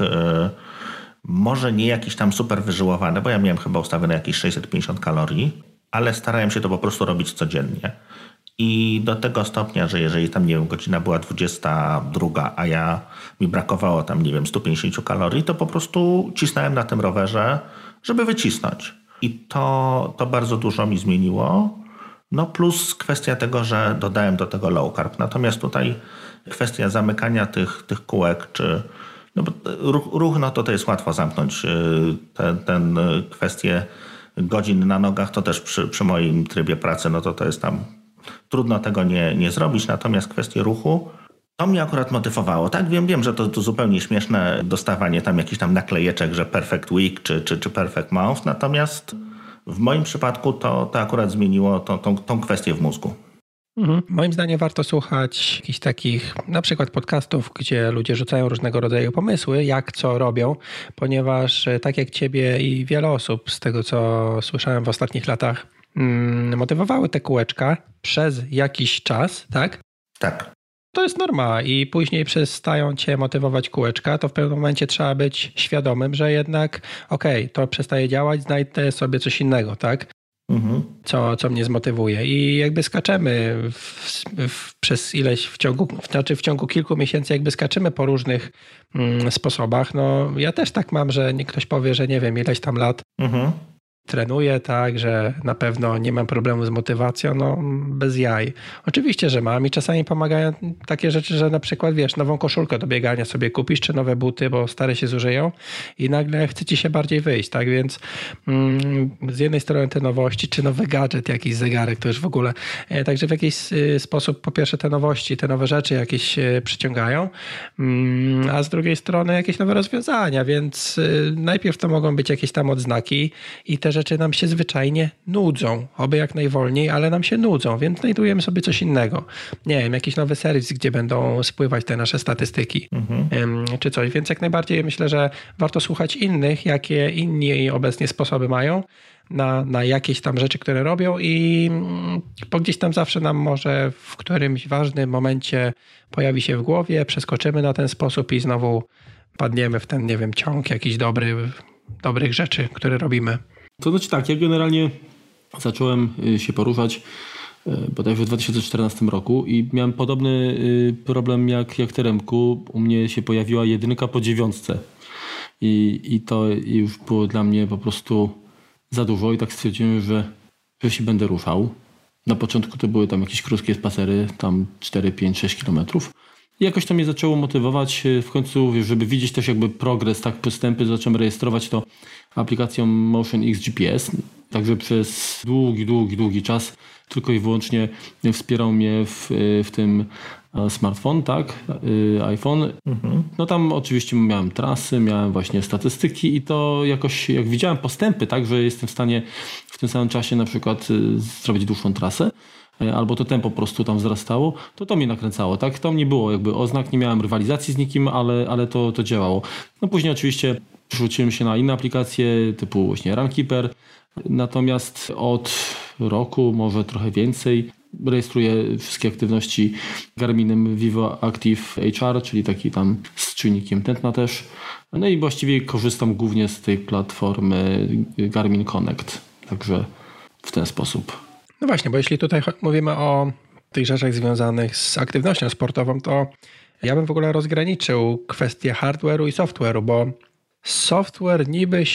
może nie jakiś tam super wyżyłowany, bo ja miałem chyba ustawione jakieś 650 kalorii, ale starałem się to po prostu robić codziennie. I do tego stopnia, że jeżeli tam, nie wiem, godzina była 22, a mi brakowało tam, nie wiem, 150 kalorii, to po prostu cisnąłem na tym rowerze, żeby wycisnąć. I to bardzo dużo mi zmieniło. No plus kwestia tego, że dodałem do tego low carb. Natomiast tutaj kwestia zamykania tych kółek, czy no bo ruch, no to jest łatwo zamknąć. Ten kwestię godzin na nogach, to też przy moim trybie pracy, no to jest tam trudno tego nie zrobić. Natomiast kwestię ruchu, to mnie akurat motywowało. Tak, wiem, że to zupełnie śmieszne dostawanie tam jakichś tam naklejeczek, że perfect week czy perfect month. Natomiast w moim przypadku to akurat zmieniło tą kwestię w mózgu. Moim zdaniem warto słuchać jakichś takich na przykład podcastów, gdzie ludzie rzucają różnego rodzaju pomysły, jak co robią, ponieważ tak jak ciebie i wiele osób z tego, co słyszałem w ostatnich latach, motywowały te kółeczka przez jakiś czas, tak? Tak. To jest norma i później przestają cię motywować kółeczka, to w pewnym momencie trzeba być świadomym, że jednak to przestaje działać, znajdę sobie coś innego, tak? Co mnie zmotywuje. I jakby skaczemy przez ileś w ciągu kilku miesięcy jakby skaczemy po różnych sposobach. No ja też tak mam, że ktoś powie, że nie wiem, ileś tam lat trenuję, tak, że na pewno nie mam problemu z motywacją, no bez jaj. Oczywiście, że mam i czasami pomagają takie rzeczy, że na przykład wiesz, nową koszulkę do biegania sobie kupisz, czy nowe buty, bo stare się zużyją i nagle chce ci się bardziej wyjść, tak, więc z jednej strony te nowości, czy nowy gadżet, jakiś zegarek, to już w ogóle, także w jakiś sposób po pierwsze te nowości, te nowe rzeczy jakieś przyciągają, a z drugiej strony jakieś nowe rozwiązania, więc najpierw to mogą być jakieś tam odznaki i te rzeczy nam się zwyczajnie nudzą. Oby jak najwolniej, ale nam się nudzą, więc znajdujemy sobie coś innego. Nie wiem, jakiś nowy serwis, gdzie będą spływać te nasze statystyki czy coś. Więc jak najbardziej myślę, że warto słuchać innych, jakie inni obecnie sposoby mają na jakieś tam rzeczy, które robią i bo gdzieś tam zawsze nam może w którymś ważnym momencie pojawi się w głowie, przeskoczymy na ten sposób i znowu padniemy w ten, nie wiem, ciąg jakiś dobrych rzeczy, które robimy. To znaczy tak, ja generalnie zacząłem się poruszać bodajże w 2014 roku i miałem podobny problem jak ty, Remku. U mnie się pojawiła 1 po 9. I to już było dla mnie po prostu za dużo i tak stwierdziłem, że się będę ruszał. Na początku to były tam jakieś krótkie spacery, tam 4, 5, 6 kilometrów. I jakoś to mnie zaczęło motywować w końcu, żeby widzieć też jakby progres, tak postępy. Zacząłem rejestrować to aplikacją Motion X GPS. Także przez długi czas tylko i wyłącznie wspierał mnie w tym smartfon, tak, iPhone. No tam oczywiście miałem trasy, miałem właśnie statystyki i to jakoś, jak widziałem postępy, tak, że jestem w stanie w tym samym czasie na przykład zrobić dłuższą trasę, albo to tempo po prostu tam wzrastało, to mnie nakręcało, tak? To nie było jakby oznak, nie miałem rywalizacji z nikim, ale to działało. No później oczywiście przerzuciłem się na inne aplikacje typu właśnie Runkeeper, natomiast od roku, może trochę więcej, rejestruję wszystkie aktywności Garminem Vivo Active HR, czyli taki tam z czujnikiem tętna też. No i właściwie korzystam głównie z tej platformy Garmin Connect, także w ten sposób. No właśnie, bo jeśli tutaj mówimy o tych rzeczach związanych z aktywnością sportową, to ja bym w ogóle rozgraniczył kwestię hardware'u i software'u, bo software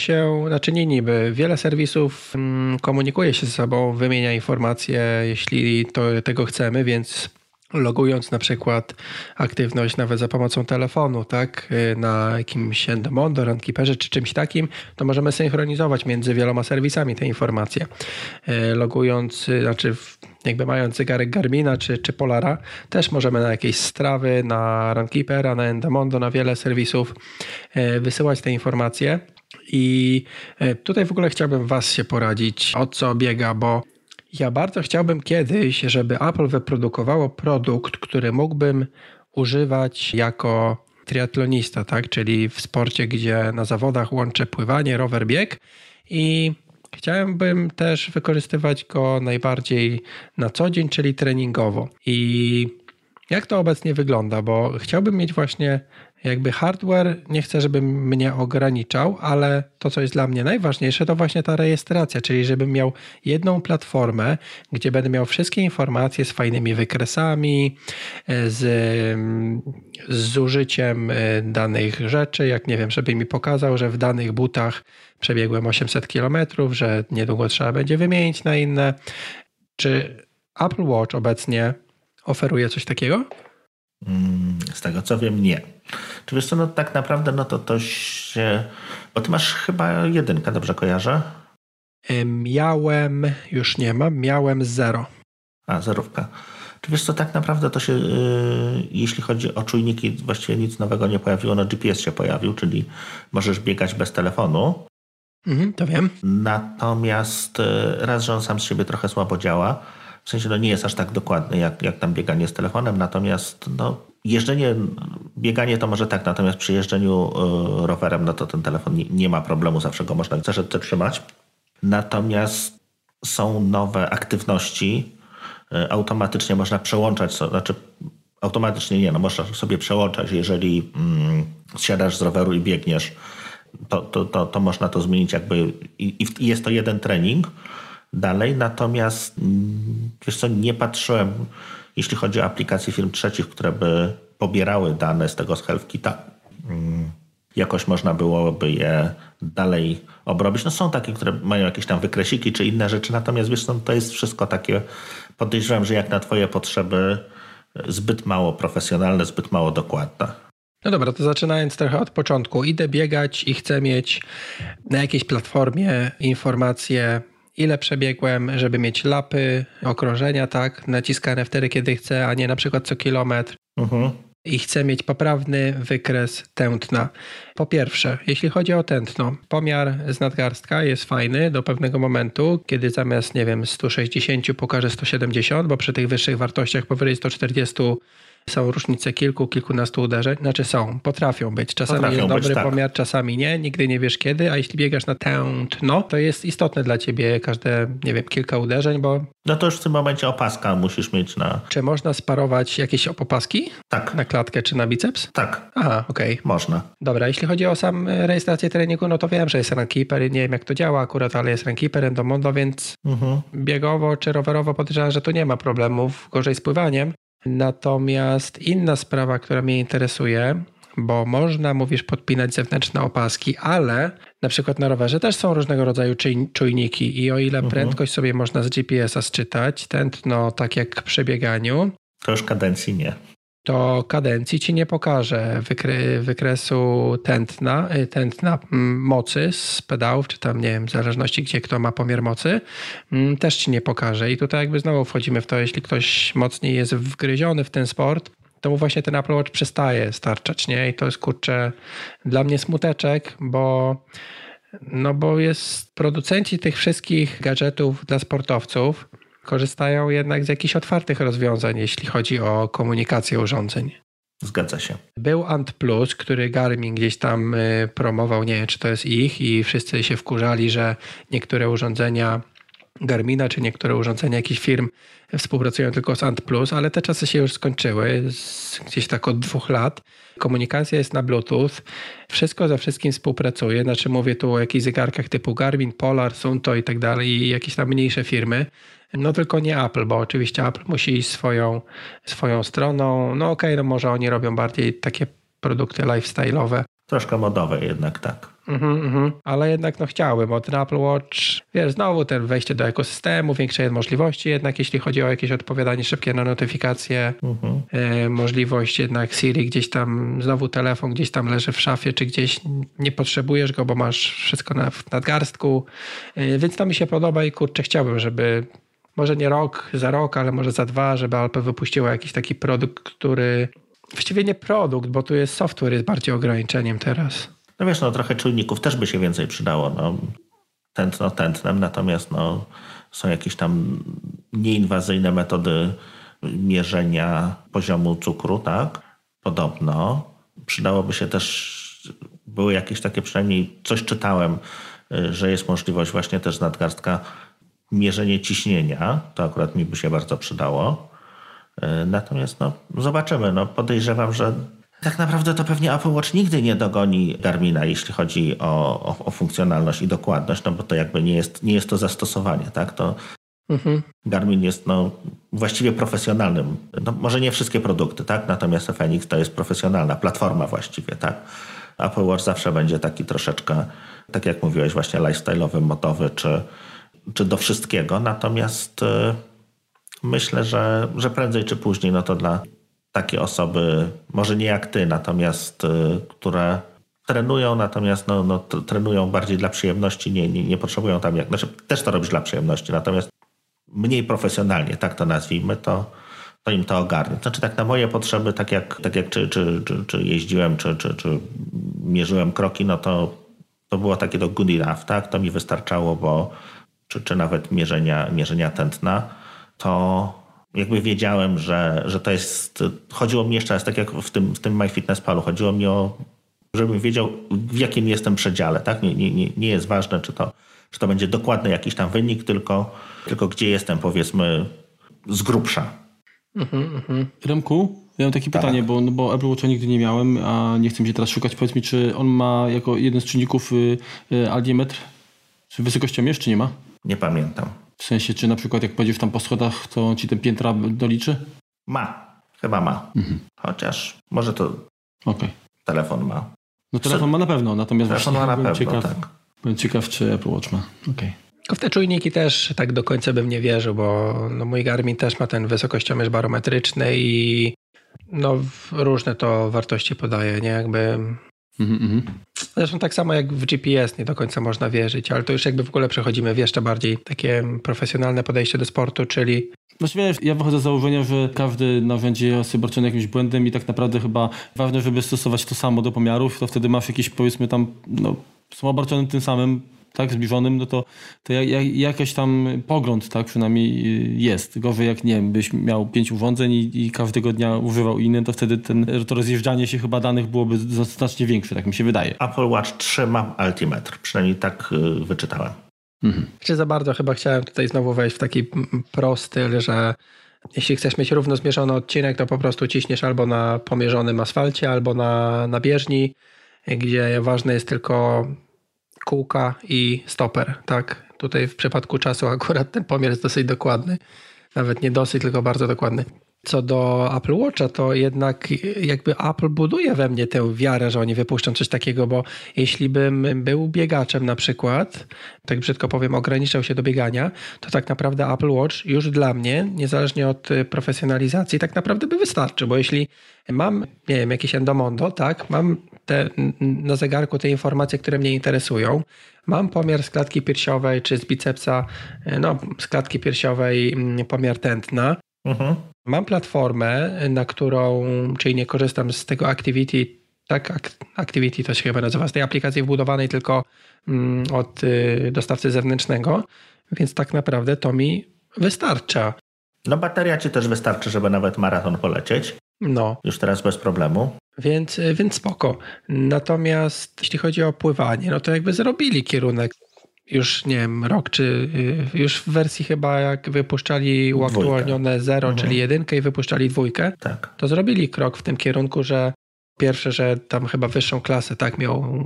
wiele serwisów komunikuje się ze sobą, wymienia informacje, jeśli tego chcemy, więc logując na przykład aktywność nawet za pomocą telefonu, tak, na jakimś Endomondo, Runkeeperze czy czymś takim, to możemy synchronizować między wieloma serwisami te informacje. Logując, jakby mając zegarek Garmina czy Polara, też możemy na jakieś Strawy, na Runkeepera, na Endomondo, na wiele serwisów wysyłać te informacje. I tutaj w ogóle chciałbym was się poradzić, o co biega, bo ja bardzo chciałbym kiedyś, żeby Apple wyprodukowało produkt, który mógłbym używać jako triatlonista, tak? Czyli w sporcie, gdzie na zawodach łączę pływanie, rower, bieg i chciałbym też wykorzystywać go najbardziej na co dzień, czyli treningowo. I jak to obecnie wygląda? Bo chciałbym mieć właśnie jakby hardware, nie chcę, żeby mnie ograniczał, ale to, co jest dla mnie najważniejsze, to właśnie ta rejestracja, czyli żebym miał jedną platformę, gdzie będę miał wszystkie informacje z fajnymi wykresami, z użyciem danych rzeczy, jak nie wiem, żeby mi pokazał, że w danych butach przebiegłem 800 km, że niedługo trzeba będzie wymienić na inne. Czy Apple Watch obecnie oferuje coś takiego? Z tego co wiem, nie. Czy wiesz co, no tak naprawdę to się... Bo ty masz chyba 1, dobrze kojarzę? Już nie mam, miałem 0. A, 0. Czy wiesz co, tak naprawdę to się, jeśli chodzi o czujniki, właściwie nic nowego nie pojawiło, no GPS się pojawił, czyli możesz biegać bez telefonu. To wiem. Natomiast raz, że on sam z siebie trochę słabo działa, w sensie no nie jest aż tak dokładny jak tam bieganie z telefonem, natomiast no bieganie to może tak, natomiast przy jeżdżeniu rowerem, no to ten telefon nie ma problemu, zawsze go można zatrzymać. Natomiast są nowe aktywności, automatycznie można przełączać, automatycznie nie, no można sobie przełączać, jeżeli zsiadasz z roweru i biegniesz, to można to zmienić jakby i jest to jeden trening dalej, natomiast wiesz co, nie patrzyłem, jeśli chodzi o aplikacje firm trzecich, które by pobierały dane z tego z HealthKita, jakoś można byłoby je dalej obrobić. No są takie, które mają jakieś tam wykresiki czy inne rzeczy, natomiast wiesz, no, to jest wszystko takie, podejrzewam, że jak na twoje potrzeby zbyt mało profesjonalne, zbyt mało dokładne. No dobra, to zaczynając trochę od początku. Idę biegać i chcę mieć na jakiejś platformie informacje, ile przebiegłem, żeby mieć lapy, okrążenia, tak, naciskane wtedy, kiedy chcę, a nie na przykład co kilometr. I chcę mieć poprawny wykres tętna. Po pierwsze, jeśli chodzi o tętno, pomiar z nadgarstka jest fajny do pewnego momentu, kiedy zamiast, 160 pokaże 170, bo przy tych wyższych wartościach powyżej 140 Są różnice kilkunastu uderzeń. Znaczy potrafią być. Czasami Potrafią jest dobry być, tak. pomiar, czasami nie. Nigdy nie wiesz kiedy, a jeśli biegasz na tętno, to jest istotne dla ciebie każde, nie wiem, kilka uderzeń, bo... No to już w tym momencie opaska musisz mieć na... Czy można sparować jakieś opopaski? Tak. Na klatkę czy na biceps? Tak. Aha, okej. Można. Dobra, jeśli chodzi o sam rejestrację treningu, no to wiem, że jest Runkeeper i nie wiem jak to działa akurat, ale jest Runkeeper, Endomondo, więc biegowo czy rowerowo podejrzewam, że tu nie ma problemów, gorzej z pływaniem. Natomiast inna sprawa, która mnie interesuje, bo można, mówisz, podpinać zewnętrzne opaski, ale na przykład na rowerze też są różnego rodzaju czujniki i o ile prędkość sobie można z GPS-a sczytać, tętno tak jak przy bieganiu, To już kadencji nie. to kadencji ci nie pokaże wykresu tętna mocy z pedałów, czy tam nie wiem, w zależności gdzie kto ma pomiar mocy, też ci nie pokaże. I tutaj jakby znowu wchodzimy w to, jeśli ktoś mocniej jest wgryziony w ten sport, to mu właśnie ten Apple Watch przestaje starczać, nie? I to jest, kurczę, dla mnie smuteczek, bo jest producenci tych wszystkich gadżetów dla sportowców korzystają jednak z jakichś otwartych rozwiązań, jeśli chodzi o komunikację urządzeń. Zgadza się. Był Ant Plus, który Garmin gdzieś tam promował, nie wiem czy to jest ich i wszyscy się wkurzali, że niektóre urządzenia Garmina czy niektóre urządzenia jakichś firm współpracują tylko z Ant Plus, ale te czasy się już skończyły, gdzieś tak od 2 lat. Komunikacja jest na Bluetooth, wszystko ze wszystkim współpracuje, znaczy mówię tu o jakichś zegarkach typu Garmin, Polar, Suunto i tak dalej i jakieś tam mniejsze firmy. No tylko nie Apple, bo oczywiście Apple musi iść swoją stroną. No okej, no może oni robią bardziej takie produkty lifestyle'owe. Troszkę modowe jednak, tak. Ale jednak no chciałbym, bo ten Apple Watch, wiesz, znowu ten wejście do ekosystemu, większe możliwości jednak, jeśli chodzi o jakieś odpowiadanie szybkie na notyfikacje, możliwość jednak Siri gdzieś tam, znowu telefon gdzieś tam leży w szafie, czy gdzieś nie potrzebujesz go, bo masz wszystko w nadgarstku, więc to mi się podoba i kurczę, chciałbym, żeby może nie za rok, ale może za 2, żeby Apple wypuściła jakiś taki produkt, który... Właściwie nie produkt, bo tu jest software, jest bardziej ograniczeniem teraz. No wiesz, no trochę czujników też by się więcej przydało. No, tętno tętnem, natomiast no, są jakieś tam nieinwazyjne metody mierzenia poziomu cukru, tak? Podobno. Przydałoby się też, były jakieś takie, przynajmniej coś czytałem, że jest możliwość właśnie też z nadgarstka mierzenie ciśnienia. To akurat mi by się bardzo przydało. Natomiast no, zobaczymy. No, podejrzewam, że tak naprawdę to pewnie Apple Watch nigdy nie dogoni Garmina, jeśli chodzi o funkcjonalność i dokładność, no bo to jakby nie jest to zastosowanie, tak? To Garmin jest no, właściwie profesjonalnym, no, może nie wszystkie produkty, tak? Natomiast FNX to jest profesjonalna platforma właściwie, tak? Apple Watch zawsze będzie taki troszeczkę, tak jak mówiłeś, właśnie lifestyle'owy, modowy, czy do wszystkiego, natomiast myślę, że prędzej czy później, no to dla takie osoby, może nie jak ty, natomiast które trenują, natomiast trenują bardziej dla przyjemności, nie potrzebują tam znaczy też to robisz dla przyjemności, natomiast mniej profesjonalnie, tak to nazwijmy, to im to ogarnie. Znaczy tak na moje potrzeby, tak jak czy jeździłem, czy mierzyłem kroki, no to było takie do good enough, tak? To mi wystarczało, bo czy nawet mierzenia tętna, to jakby wiedziałem, że to jest... Chodziło mi jeszcze raz, tak jak w tym MyFitnessPalu, chodziło mi o... żebym wiedział, w jakim jestem przedziale, tak? Nie jest ważne, czy to będzie dokładny jakiś tam wynik, tylko gdzie jestem, powiedzmy, z grubsza. Remku, ja mam takie pytanie, bo Apple Watcha nigdy nie miałem, a nie chcę mi się teraz szukać. Powiedz mi, czy on ma jako jeden z czynników altimetr? Czy wysokościomierz, czy nie ma? Nie pamiętam. W sensie, czy na przykład jak pojedziesz tam po schodach, to ci te piętra doliczy? Chyba ma. Chociaż może to telefon ma. No telefon ma na pewno, natomiast telefon ma na pewno, tak. Byłem ciekaw, czy Apple Watch ma. Tylko w te czujniki też tak do końca bym nie wierzył, bo no mój Garmin też ma ten wysokościomierz barometryczny i no różne to wartości podaje, nie? Jakby... Zresztą tak samo jak w GPS nie do końca można wierzyć, ale to już jakby w ogóle przechodzimy w jeszcze bardziej takie profesjonalne podejście do sportu, czyli... Znaczy wiesz, ja wychodzę z założenia, że każde narzędzie jest obarczone jakimś błędem i tak naprawdę chyba ważne, żeby stosować to samo do pomiarów, to wtedy masz jakieś, powiedzmy tam, no, są obarczone tym samym, tak, zbliżonym, no to jakiś tam pogląd, tak, przynajmniej jest. Gorzej jak, nie wiem, byś miał 5 urządzeń i każdego dnia używał inny, to wtedy to rozjeżdżanie się chyba danych byłoby znacznie większe, tak mi się wydaje. Apple Watch 3 ma altimetr, przynajmniej tak wyczytałem. Czy za bardzo chyba chciałem tutaj znowu wejść w taki prosty, że jeśli chcesz mieć równo zmierzony odcinek, to po prostu ciśniesz albo na pomierzonym asfalcie, albo na bieżni, gdzie ważne jest tylko kółka i stoper, tak? Tutaj w przypadku czasu akurat ten pomiar jest dosyć dokładny. Nawet nie dosyć, tylko bardzo dokładny. Co do Apple Watcha, to jednak jakby Apple buduje we mnie tę wiarę, że oni wypuszczą coś takiego, bo jeśli bym był biegaczem na przykład, tak brzydko powiem, ograniczał się do biegania, to tak naprawdę Apple Watch już dla mnie, niezależnie od profesjonalizacji, tak naprawdę by wystarczy, bo jeśli mam, nie wiem, jakieś Endomondo, tak, mam na zegarku te informacje, które mnie interesują, mam pomiar z klatki piersiowej czy z bicepsa, no z klatki piersiowej pomiar tętna, mam platformę, na którą, czyli nie korzystam z tego Activity, tak, Activity to się chyba nazywa, z tej aplikacji wbudowanej tylko od dostawcy zewnętrznego, więc tak naprawdę to mi wystarcza. No bateria ci też wystarczy, żeby nawet maraton polecieć. No. Już teraz bez problemu. Więc spoko. Natomiast jeśli chodzi o pływanie, no to jakby zrobili kierunek już, nie wiem, rok, czy już w wersji chyba jak wypuszczali uaktualnione 0, czyli 1 i wypuszczali 2, tak. To zrobili krok w tym kierunku, że pierwsze, że tam chyba wyższą klasę, tak, miał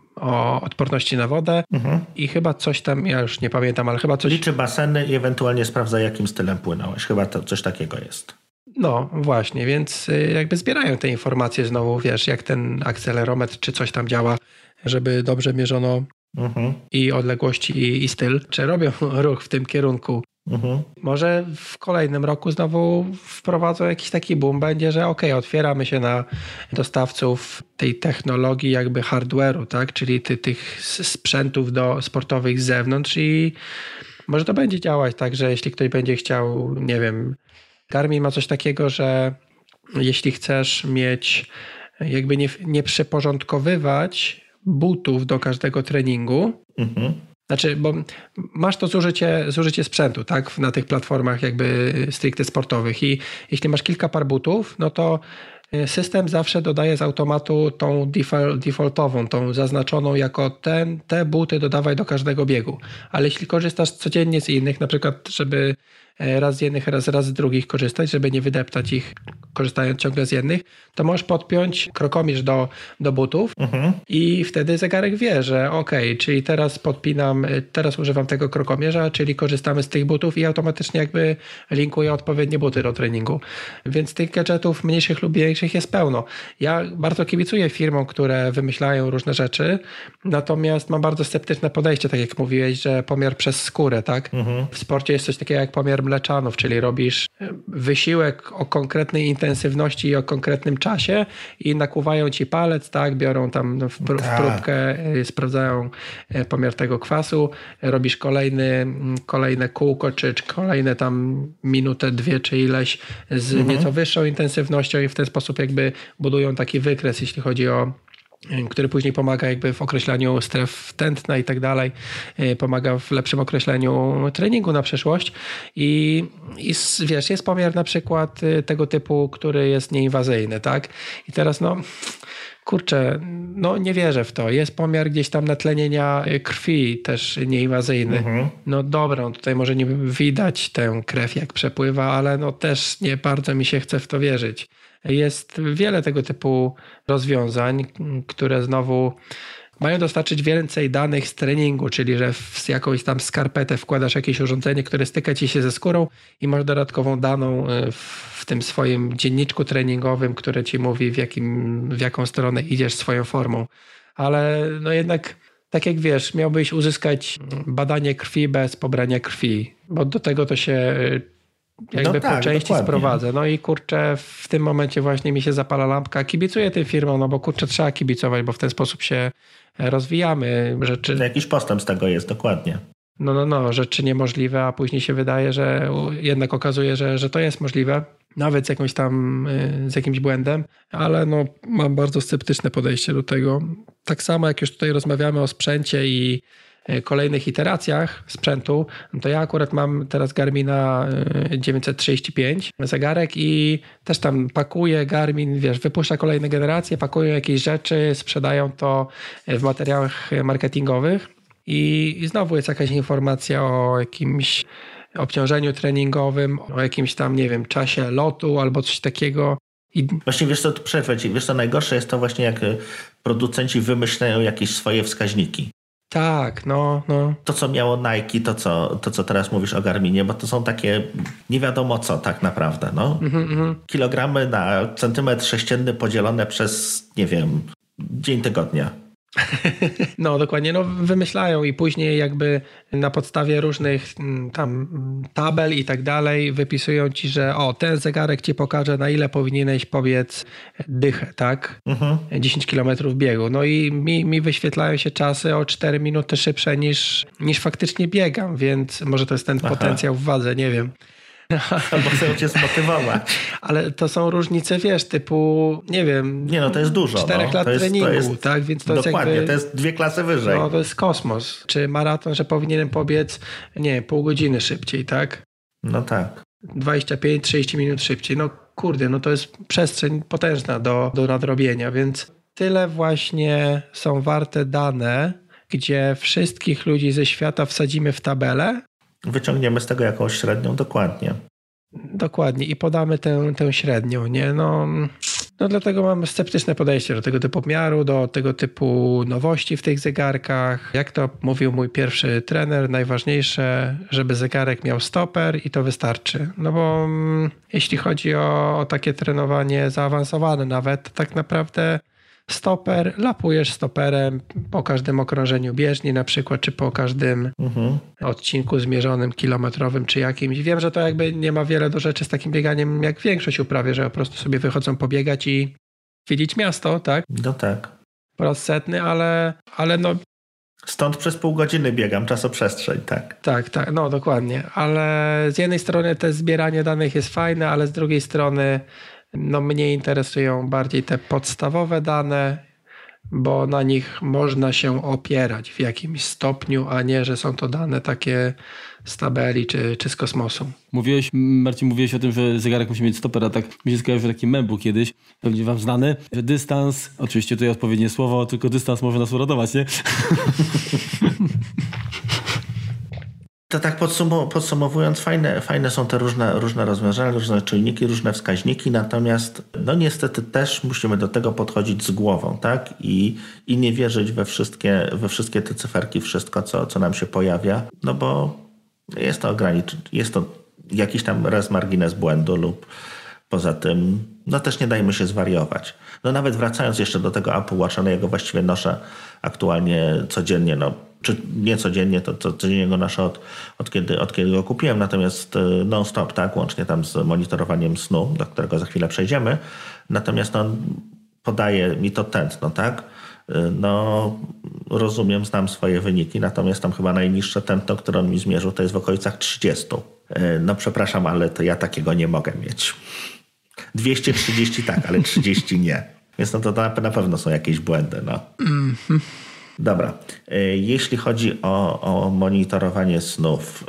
o odporności na wodę i chyba coś tam, ja już nie pamiętam, ale chyba coś... Liczy baseny i ewentualnie sprawdza, jakim stylem płynąłeś. Chyba to coś takiego jest. No właśnie, więc jakby zbierają te informacje znowu, wiesz, jak ten akcelerometr czy coś tam działa, żeby dobrze mierzono i odległości i styl, czy robią ruch w tym kierunku. Może w kolejnym roku znowu wprowadzą jakiś taki boom, będzie, że otwieramy się na dostawców tej technologii jakby hardware'u, tak, czyli tych sprzętów sportowych z zewnątrz i może to będzie działać tak, że jeśli ktoś będzie chciał, nie wiem, Garmin ma coś takiego, że jeśli chcesz mieć, jakby nie przyporządkowywać butów do każdego treningu, znaczy, bo masz to zużycie sprzętu, tak, na tych platformach jakby stricte sportowych i jeśli masz kilka par butów, no to system zawsze dodaje z automatu tą defaultową, tą zaznaczoną jako te buty dodawaj do każdego biegu. Ale jeśli korzystasz codziennie z innych, na przykład żeby raz z jednych, raz z drugich korzystać, żeby nie wydeptać ich korzystając ciągle z jednych, to możesz podpiąć krokomierz do butów i wtedy zegarek wie, że czyli teraz używam tego krokomierza, czyli korzystamy z tych butów i automatycznie jakby linkuje odpowiednie buty do treningu. Więc tych gadżetów mniejszych lub większych jest pełno. Ja bardzo kibicuję firmom, które wymyślają różne rzeczy, natomiast mam bardzo sceptyczne podejście, tak jak mówiłeś, że pomiar przez skórę, tak? W sporcie jest coś takiego jak pomiar mleczanów, czyli robisz wysiłek o konkretnej intensywności i o konkretnym czasie i nakłuwają ci palec, tak, biorą tam w próbkę, sprawdzają pomiar tego kwasu, robisz kolejne kółko, czy kolejne tam minutę, 2 czy ileś z nieco wyższą intensywnością i w ten sposób jakby budują taki wykres, jeśli chodzi o który później pomaga jakby w określaniu stref tętna i tak dalej, pomaga w lepszym określeniu treningu na przyszłość i wiesz, jest pomiar na przykład tego typu, który jest nieinwazyjny, tak? I teraz kurczę, nie wierzę w to. Jest pomiar gdzieś tam natlenienia krwi też nieinwazyjny. No dobra, tutaj może nie widać tę krew jak przepływa, ale też nie bardzo mi się chce w to wierzyć. Jest wiele tego typu rozwiązań, które znowu mają dostarczyć więcej danych z treningu, czyli że w jakąś tam skarpetę wkładasz jakieś urządzenie, które styka ci się ze skórą i masz dodatkową daną w tym swoim dzienniczku treningowym, które ci mówi w jaką stronę idziesz swoją formą. Ale jednak tak jak wiesz, miałbyś uzyskać badanie krwi bez pobrania krwi, bo do tego to się jakby po części dokładnie sprowadza. No i kurczę, w tym momencie właśnie mi się zapala lampka. Kibicuję tym firmom, bo kurczę, trzeba kibicować, bo w ten sposób się rozwijamy. Rzeczy... Jakiś postęp z tego jest, dokładnie. Rzeczy niemożliwe, a później się wydaje, że jednak okazuje, że to jest możliwe, nawet z jakimś błędem, ale mam bardzo sceptyczne podejście do tego. Tak samo jak już tutaj rozmawiamy o sprzęcie i kolejnych iteracjach sprzętu, to ja akurat mam teraz Garmina 935 zegarek i też tam pakuje Garmin, wypuszcza kolejne generacje, pakują jakieś rzeczy, sprzedają to w materiałach marketingowych i znowu jest jakaś informacja o jakimś obciążeniu treningowym, o jakimś tam, nie wiem, czasie lotu albo coś takiego. Właśnie wiesz co, przerwę ci, wiesz co, najgorsze jest to właśnie jak producenci wymyślają jakieś swoje wskaźniki. Tak, no. To, co miało Nike, to co teraz mówisz o Garminie, bo to są takie nie wiadomo co tak naprawdę. No. Kilogramy na centymetr sześcienny podzielone przez, nie wiem, dzień tygodnia. No dokładnie, wymyślają i później jakby na podstawie różnych tam tabel i tak dalej wypisują ci, że ten zegarek ci pokaże, na ile powinieneś pobiec dychę, tak? 10 km biegu. No i mi wyświetlają się czasy o 4 minuty szybsze niż faktycznie biegam, więc może to jest ten potencjał w wadze, nie wiem. Albo chcą cię zmotywować. Ale to są różnice, typu, nie wiem... Nie, to jest dużo. 4 lat treningu, tak? Więc to dokładnie, jest jakby, to jest 2 klasy wyżej. No, to jest kosmos. Czy maraton, że powinienem pobiec, pół godziny szybciej, tak? No tak. 25-30 minut szybciej. No kurde, to jest przestrzeń potężna do nadrobienia, więc tyle właśnie są warte dane, gdzie wszystkich ludzi ze świata wsadzimy w tabelę. Wyciągniemy z tego jakąś średnią, dokładnie. Dokładnie i podamy tę średnią, nie? No dlatego mam sceptyczne podejście do tego typu pomiaru, do tego typu nowości w tych zegarkach. Jak to mówił mój pierwszy trener, najważniejsze, żeby zegarek miał stoper i to wystarczy. No bo jeśli chodzi o takie trenowanie zaawansowane nawet, to tak naprawdę stoper, lapujesz stoperem po każdym okrążeniu bieżni na przykład, czy po każdym odcinku zmierzonym, kilometrowym, czy jakimś. Wiem, że to jakby nie ma wiele do rzeczy z takim bieganiem, jak większość uprawia, że po prostu sobie wychodzą pobiegać i widzieć miasto, tak? No tak. Po raz setny, ale no... Stąd przez pół godziny biegam, czasoprzestrzeń, tak. Tak, no dokładnie. Ale z jednej strony te zbieranie danych jest fajne, ale z drugiej strony mnie interesują bardziej te podstawowe dane, bo na nich można się opierać w jakimś stopniu, a nie, że są to dane takie z tabeli czy z kosmosu. Marcin, mówiłeś o tym, że zegarek musi mieć stoper, a tak mi się skojarzył taki mem był kiedyś, pewnie wam znany, że dystans, oczywiście tutaj odpowiednie słowo, tylko dystans może nas uratować, nie? To tak podsumowując, fajne są te różne rozwiązania, różne czujniki, różne wskaźniki, natomiast niestety też musimy do tego podchodzić z głową, tak? I nie wierzyć we wszystkie te cyferki, wszystko, co nam się pojawia, no bo jest to jakiś tam margines błędu lub poza tym, też nie dajmy się zwariować. Nawet wracając jeszcze do tego Apple Watcha, ja go właściwie noszę aktualnie codziennie, czy nie codziennie, to codziennie go noszę od kiedy go kupiłem, natomiast non-stop, tak, łącznie tam z monitorowaniem snu, do którego za chwilę przejdziemy, natomiast on podaje mi to tętno, tak, rozumiem, znam swoje wyniki, natomiast tam chyba najniższe tętno, które on mi zmierzył, to jest w okolicach 30. Przepraszam, ale to ja takiego nie mogę mieć. 230 tak, ale 30 nie. Więc to na pewno są jakieś błędy, Dobra. Jeśli chodzi o monitorowanie snów,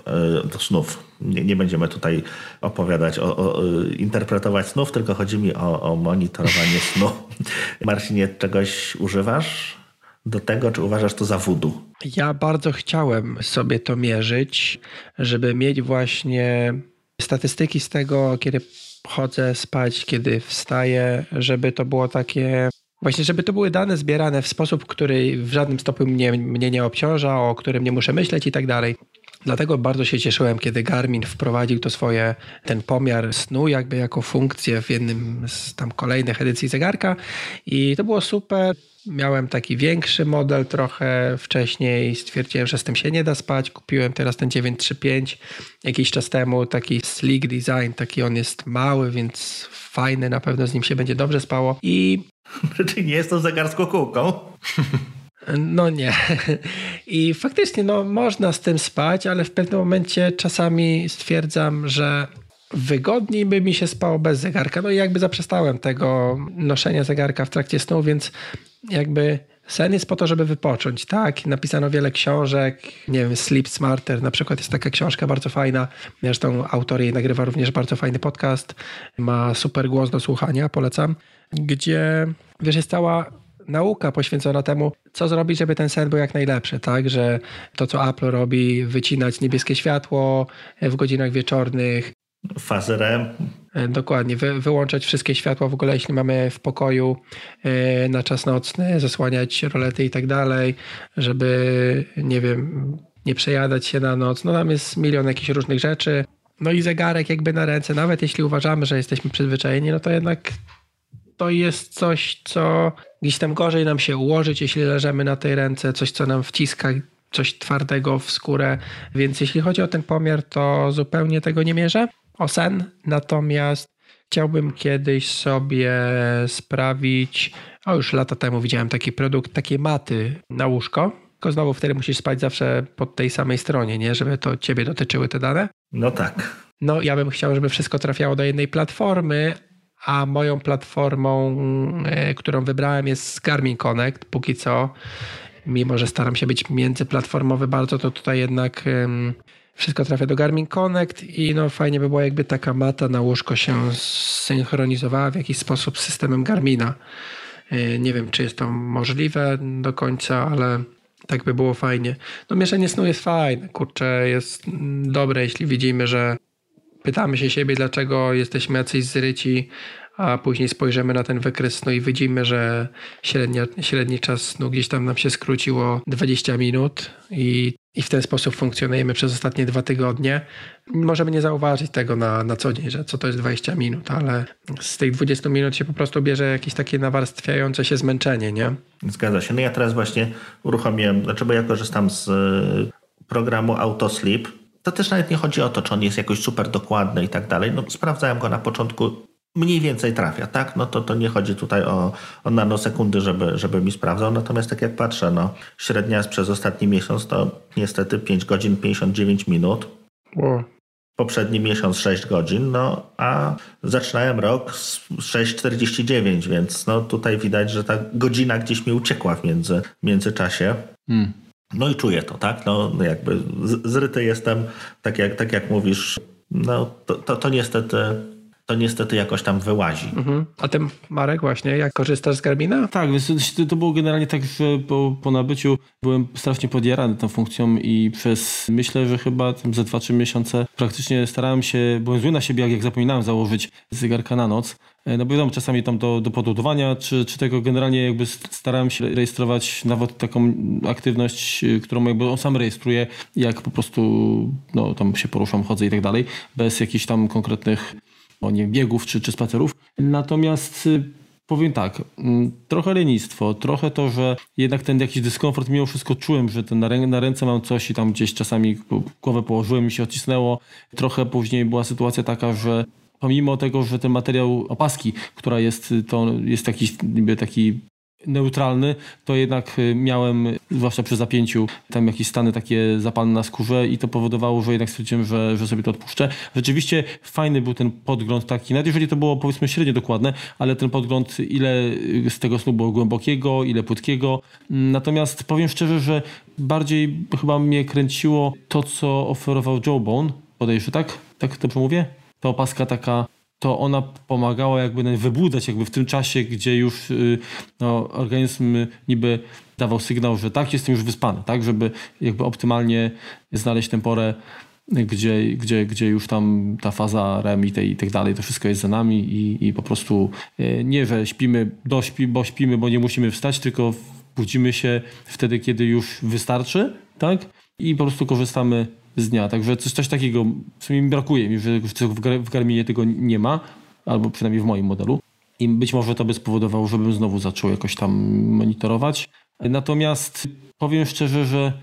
nie będziemy tutaj opowiadać, interpretować snów, tylko chodzi mi o monitorowanie snu. Marcinie, czegoś używasz do tego, czy uważasz to za voodoo? Ja bardzo chciałem sobie to mierzyć, żeby mieć właśnie statystyki z tego, kiedy chodzę spać, kiedy wstaję, żeby to było takie... Właśnie, żeby to były dane zbierane w sposób, który w żadnym stopniu mnie nie obciąża, o którym nie muszę myśleć i tak dalej. Dlatego bardzo się cieszyłem, kiedy Garmin wprowadził ten pomiar snu jakby jako funkcję w jednym z tam kolejnych edycji zegarka i to było super. Miałem taki większy model trochę wcześniej, stwierdziłem, że z tym się nie da spać. Kupiłem teraz ten 935 jakiś czas temu, taki sleek design, taki on jest mały, więc fajny, na pewno z nim się będzie dobrze spało i... Czyli nie jest to zegar z kukułką? No nie. I faktycznie można z tym spać, ale w pewnym momencie czasami stwierdzam, że wygodniej by mi się spało bez zegarka. I jakby zaprzestałem tego noszenia zegarka w trakcie snu, więc jakby sen jest po to, żeby wypocząć, tak? Napisano wiele książek, nie wiem, Sleep Smarter na przykład jest taka książka bardzo fajna. Zresztą autor jej nagrywa również bardzo fajny podcast. Ma super głos do słuchania, polecam. Gdzie, wiesz, jest cała nauka poświęcona temu, co zrobić, żeby ten sen był jak najlepszy, tak? Że to, co Apple robi, wycinać niebieskie światło w godzinach wieczornych. Fazy REM. Dokładnie, wyłączać wszystkie światła w ogóle, jeśli mamy w pokoju na czas nocny, zasłaniać rolety i tak dalej, żeby, nie wiem, nie przejadać się na noc. No tam jest milion jakichś różnych rzeczy. No i zegarek jakby na ręce, nawet jeśli uważamy, że jesteśmy przyzwyczajeni, no to jednak to jest coś, co gdzieś tam gorzej nam się ułożyć, jeśli leżymy na tej ręce, coś, co nam wciska coś twardego w skórę. Więc jeśli chodzi o ten pomiar, to zupełnie tego nie mierzę. O sen, natomiast chciałbym kiedyś sobie sprawić, już lata temu widziałem taki produkt, takie maty na łóżko, tylko znowu wtedy musisz spać zawsze po tej samej stronie, nie, żeby to ciebie dotyczyły te dane. No tak. No ja bym chciał, żeby wszystko trafiało do jednej platformy, a moją platformą, którą wybrałem, jest Garmin Connect, póki co. Mimo że staram się być międzyplatformowy bardzo, to tutaj jednak wszystko trafia do Garmin Connect i no fajnie by było, jakby taka mata na łóżko się zsynchronizowała w jakiś sposób z systemem Garmina. Nie wiem, czy jest to możliwe do końca, ale tak by było fajnie. No mieszanie snu jest fajne, kurczę, jest dobre, jeśli widzimy, że pytamy się siebie, dlaczego jesteśmy jacyś zryci, a później spojrzymy na ten wykres snu i widzimy, że średni czas snu gdzieś tam nam się skróciło 20 minut i w ten sposób funkcjonujemy przez ostatnie 2 tygodnie. Możemy nie zauważyć tego na co dzień, że co to jest 20 minut, ale z tych 20 minut się po prostu bierze jakieś takie nawarstwiające się zmęczenie, nie? Zgadza się. No ja teraz właśnie uruchomiłem, bo ja korzystam z programu AutoSleep. To też nawet nie chodzi o to, czy on jest jakoś super dokładny i tak dalej. No, sprawdzałem go na początku, mniej więcej trafia, tak? No to nie chodzi tutaj o nanosekundy, żeby mi sprawdzał. Natomiast tak jak patrzę, no średnia przez ostatni miesiąc to niestety 5 godzin 59 minut. Wow. Poprzedni miesiąc 6 godzin, no a zaczynałem rok z 6,49, więc no tutaj widać, że ta godzina gdzieś mi uciekła w międzyczasie. No i czuję to, tak? No jakby zryty jestem, tak jak mówisz, no to niestety jakoś tam wyłazi. A ty, Marek, właśnie, jak korzystasz z Garmina? Tak, więc to było generalnie tak, że po nabyciu byłem strasznie podjarany tą funkcją i myślę, że chyba za 2-3 miesiące praktycznie starałem się, byłem zły na siebie, jak zapominałem założyć zegarka na noc. No bo wiadomo, czasami tam do podładowania, czy tego generalnie jakby starałem się rejestrować nawet taką aktywność, którą jakby on sam rejestruje, jak po prostu no, tam się poruszam, chodzę i tak dalej, bez jakichś tam konkretnych nie wiem, biegów czy spacerów. Natomiast powiem tak, trochę lenistwo, trochę to, że jednak ten jakiś dyskomfort mimo wszystko czułem, że na ręce mam coś i tam gdzieś czasami głowę położyłem i się odcisnęło. Trochę później była sytuacja taka, że pomimo tego, że ten materiał opaski, która jest, to jest taki neutralny, to jednak miałem, zwłaszcza przy zapięciu, tam jakieś stany takie zapalne na skórze i to powodowało, że jednak stwierdziłem, że sobie to odpuszczę. Rzeczywiście fajny był ten podgląd taki, nawet jeżeli to było powiedzmy średnio dokładne, ale ten podgląd, ile z tego snu było głębokiego, ile płytkiego. Natomiast powiem szczerze, że bardziej chyba mnie kręciło to, co oferował Jawbone, podejrzewam, tak? Tak dobrze mówię? Ta opaska taka, to ona pomagała jakby wybudzać jakby w tym czasie, gdzie już organizm niby dawał sygnał, że tak, jestem już wyspany, tak, żeby jakby optymalnie znaleźć tę porę, gdzie już tam ta faza REM i tak dalej, to wszystko jest za nami i po prostu nie, że śpimy, bo śpimy, bo nie musimy wstać, tylko budzimy się wtedy, kiedy już wystarczy, tak, i po prostu korzystamy z dnia. Także coś takiego w sumie mi brakuje mi, że w Garminie tego nie ma, albo przynajmniej w moim modelu. I być może to by spowodowało, żebym znowu zaczął jakoś tam monitorować. Natomiast powiem szczerze, że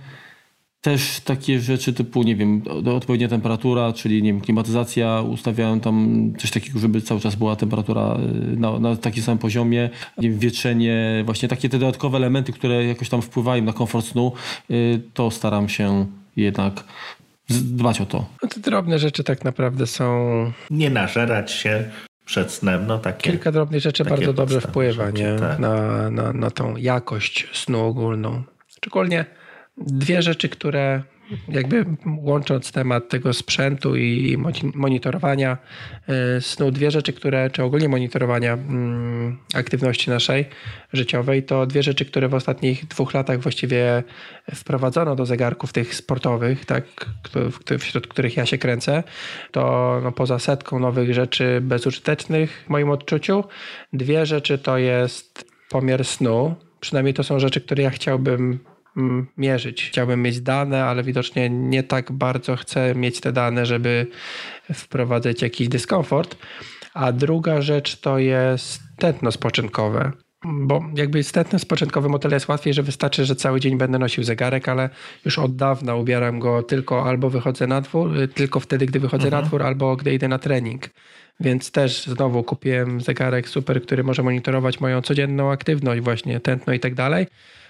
też takie rzeczy typu, nie wiem, odpowiednia temperatura, czyli nie wiem, klimatyzacja, ustawiałem tam coś takiego, żeby cały czas była temperatura na takim samym poziomie, nie wiem, wietrzenie, właśnie takie te dodatkowe elementy, które jakoś tam wpływają na komfort snu, to staram się jednak dbać o to. No te drobne rzeczy tak naprawdę są... Nie nażerać się przed snem. No, kilka drobnych rzeczy bardzo dobrze wpływa tak. na tą jakość snu ogólną. Szczególnie dwie rzeczy, które jakby łącząc temat tego sprzętu i monitorowania snu, dwie rzeczy, czy ogólnie monitorowania aktywności naszej życiowej, to dwie rzeczy, które w ostatnich 2 latach właściwie wprowadzono do zegarków tych sportowych, tak, wśród których ja się kręcę, to poza setką nowych rzeczy bezużytecznych w moim odczuciu, dwie rzeczy to jest pomiar snu, przynajmniej to są rzeczy, które ja chciałbym mierzyć. Chciałbym mieć dane, ale widocznie nie tak bardzo chcę mieć te dane, żeby wprowadzać jakiś dyskomfort. A druga rzecz to jest tętno spoczynkowe. Bo jakby z tętnem spoczynkowym o tyle jest łatwiej, że wystarczy, że cały dzień będę nosił zegarek, ale już od dawna ubieram go tylko albo wychodzę na dwór, tylko wtedy, gdy wychodzę na dwór, albo gdy idę na trening. Więc też znowu kupiłem zegarek super, który może monitorować moją codzienną aktywność, właśnie tętno i tak dalej.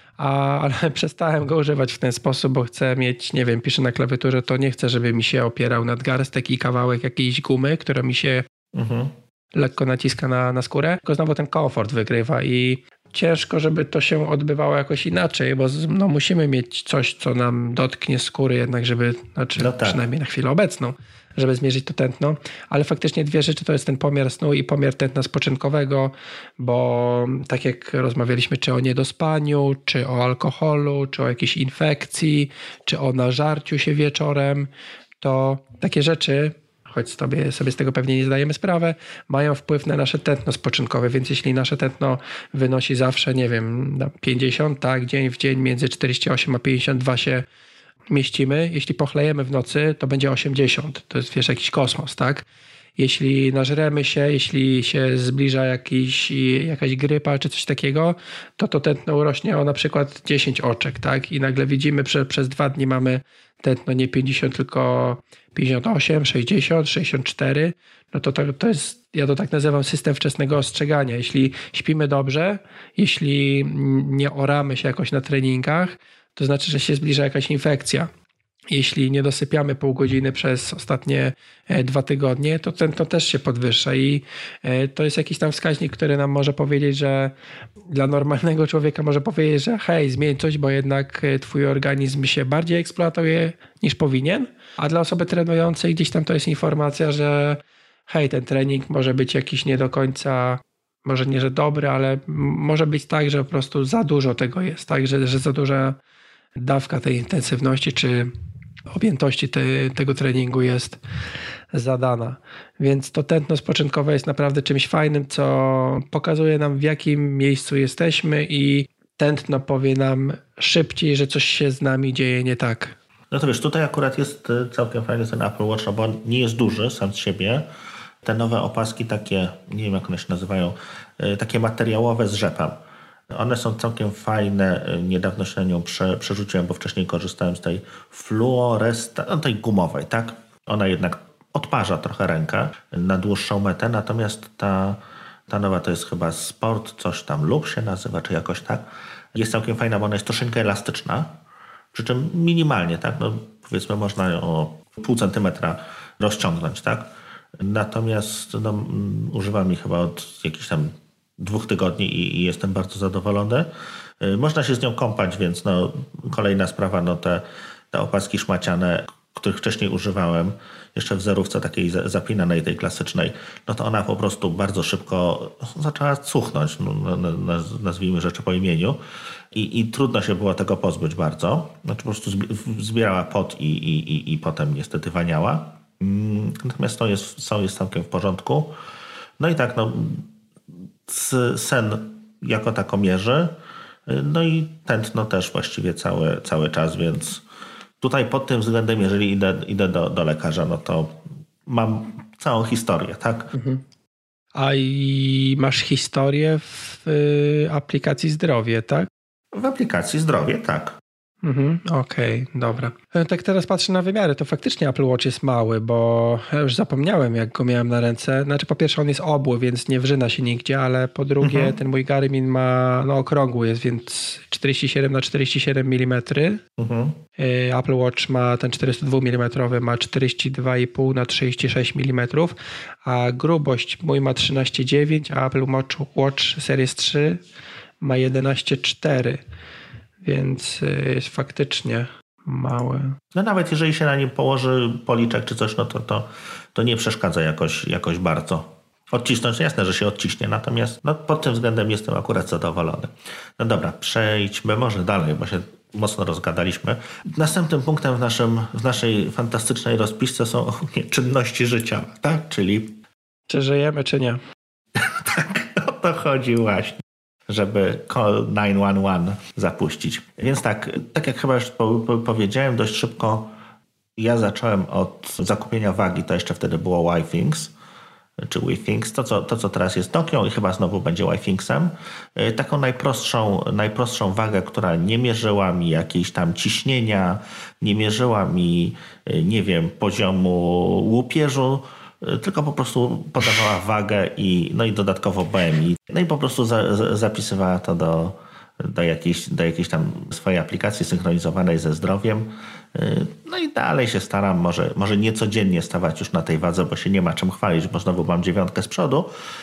Ale przestałem go używać w ten sposób, bo chcę mieć, nie wiem, piszę na klawiaturze, to nie chcę, żeby mi się opierał nadgarstek i kawałek jakiejś gumy, która mi się lekko naciska na skórę. Tylko znowu ten komfort wygrywa i ciężko, żeby to się odbywało jakoś inaczej, bo musimy mieć coś, co nam dotknie skóry jednak, żeby, przynajmniej na chwilę obecną, żeby zmierzyć to tętno, ale faktycznie dwie rzeczy to jest ten pomiar snu i pomiar tętna spoczynkowego, bo tak jak rozmawialiśmy, czy o niedospaniu, czy o alkoholu, czy o jakiejś infekcji, czy o nażarciu się wieczorem, to takie rzeczy, choć sobie z tego pewnie nie zdajemy sprawy, mają wpływ na nasze tętno spoczynkowe, więc jeśli nasze tętno wynosi zawsze, nie wiem, 50, tak, dzień w dzień między 48 a 52 się mieścimy. Jeśli pochlejemy w nocy, to będzie 80. To jest, jakiś kosmos, tak? Jeśli nażremy się, jeśli się zbliża jakaś grypa czy coś takiego, to tętno urośnie o na przykład 10 oczek, tak? I nagle widzimy, że przez 2 dni mamy tętno nie 50, tylko 58, 60, 64. No to jest, ja to tak nazywam, system wczesnego ostrzegania. Jeśli śpimy dobrze, jeśli nie oramy się jakoś na treningach, to znaczy, że się zbliża jakaś infekcja. Jeśli nie dosypiamy pół godziny przez ostatnie 2 tygodnie, to tętno też się podwyższa i to jest jakiś tam wskaźnik, który nam może powiedzieć, że dla normalnego człowieka może powiedzieć, że hej, zmień coś, bo jednak twój organizm się bardziej eksploatuje niż powinien, a dla osoby trenującej gdzieś tam to jest informacja, że hej, ten trening może być jakiś nie do końca, może nie, że dobry, ale może być tak, że po prostu za dużo tego jest, tak, że za duża dawka tej intensywności czy objętości tego treningu jest zadana. Więc to tętno spoczynkowe jest naprawdę czymś fajnym, co pokazuje nam, w jakim miejscu jesteśmy i tętno powie nam szybciej, że coś się z nami dzieje nie tak. No to wiesz, tutaj akurat jest całkiem fajny ten Apple Watch, no bo on nie jest duży sam z siebie. Te nowe opaski takie, nie wiem jak one się nazywają, takie materiałowe z rzepem. One są całkiem fajne. Niedawno się na nią przerzuciłem, bo wcześniej korzystałem z tej tej gumowej, tak? Ona jednak odparza trochę rękę na dłuższą metę, natomiast ta nowa to jest chyba Sport, coś tam lub się nazywa, czy jakoś tak. Jest całkiem fajna, bo ona jest troszeczkę elastyczna, przy czym minimalnie, tak? No, powiedzmy można ją o 0,5 centymetra rozciągnąć, tak? Natomiast używam jej chyba od jakichś tam 2 tygodni i jestem bardzo zadowolony. Można się z nią kąpać, więc kolejna sprawa, te opaski szmaciane, których wcześniej używałem, jeszcze w zerówce takiej zapinanej, tej klasycznej, to ona po prostu bardzo szybko zaczęła cuchnąć, nazwijmy rzeczy po imieniu. I trudno się było tego pozbyć bardzo. Po prostu zbierała pot i potem niestety waniała. Natomiast to jest całkiem w porządku. No i tak, sen jako tako mierzy. No i tętno też właściwie cały czas, więc tutaj pod tym względem, jeżeli idę do lekarza, to mam całą historię, tak? A i masz historię w aplikacji Zdrowie, tak? W aplikacji Zdrowie, tak. Okej, dobra. Tak teraz patrzę na wymiary, to faktycznie Apple Watch jest mały, bo ja już zapomniałem, jak go miałem na ręce. Znaczy po pierwsze on jest obły, więc nie wrzyna się nigdzie, ale po drugie ten mój Garmin ma, okrągły jest, więc 47 na 47 mm. Apple Watch ma ten 402 mm, ma 42,5 na 36 mm, a grubość mój ma 13,9, a Apple Watch Series 3 ma 11,4. Więc jest faktycznie mały. No nawet jeżeli się na nim położy policzek czy coś, no to nie przeszkadza jakoś bardzo. Odcisnąć, jasne, że się odciśnie, natomiast pod tym względem jestem akurat zadowolony. No dobra, przejdźmy może dalej, bo się mocno rozgadaliśmy. Następnym punktem w naszej fantastycznej rozpisce są czynności życiowe, tak? Czyli... Czy żyjemy, czy nie? Tak, o to chodzi właśnie, żeby call 911 zapuścić. Więc tak jak chyba już powiedziałem dość szybko, ja zacząłem od zakupienia wagi, to jeszcze wtedy było Withings, czy Withings, to co teraz jest Nokią i chyba znowu będzie Withingsem. Taką najprostszą wagę, która nie mierzyła mi jakiejś tam ciśnienia, nie mierzyła mi, nie wiem, poziomu łupieżu, tylko po prostu podawała wagę i dodatkowo BMI. No i po prostu zapisywała to do jakiejś tam swojej aplikacji synchronizowanej ze zdrowiem. No i dalej się staram, może nie codziennie stawać już na tej wadze, bo się nie ma czym chwalić, bo znowu mam 9 z przodu.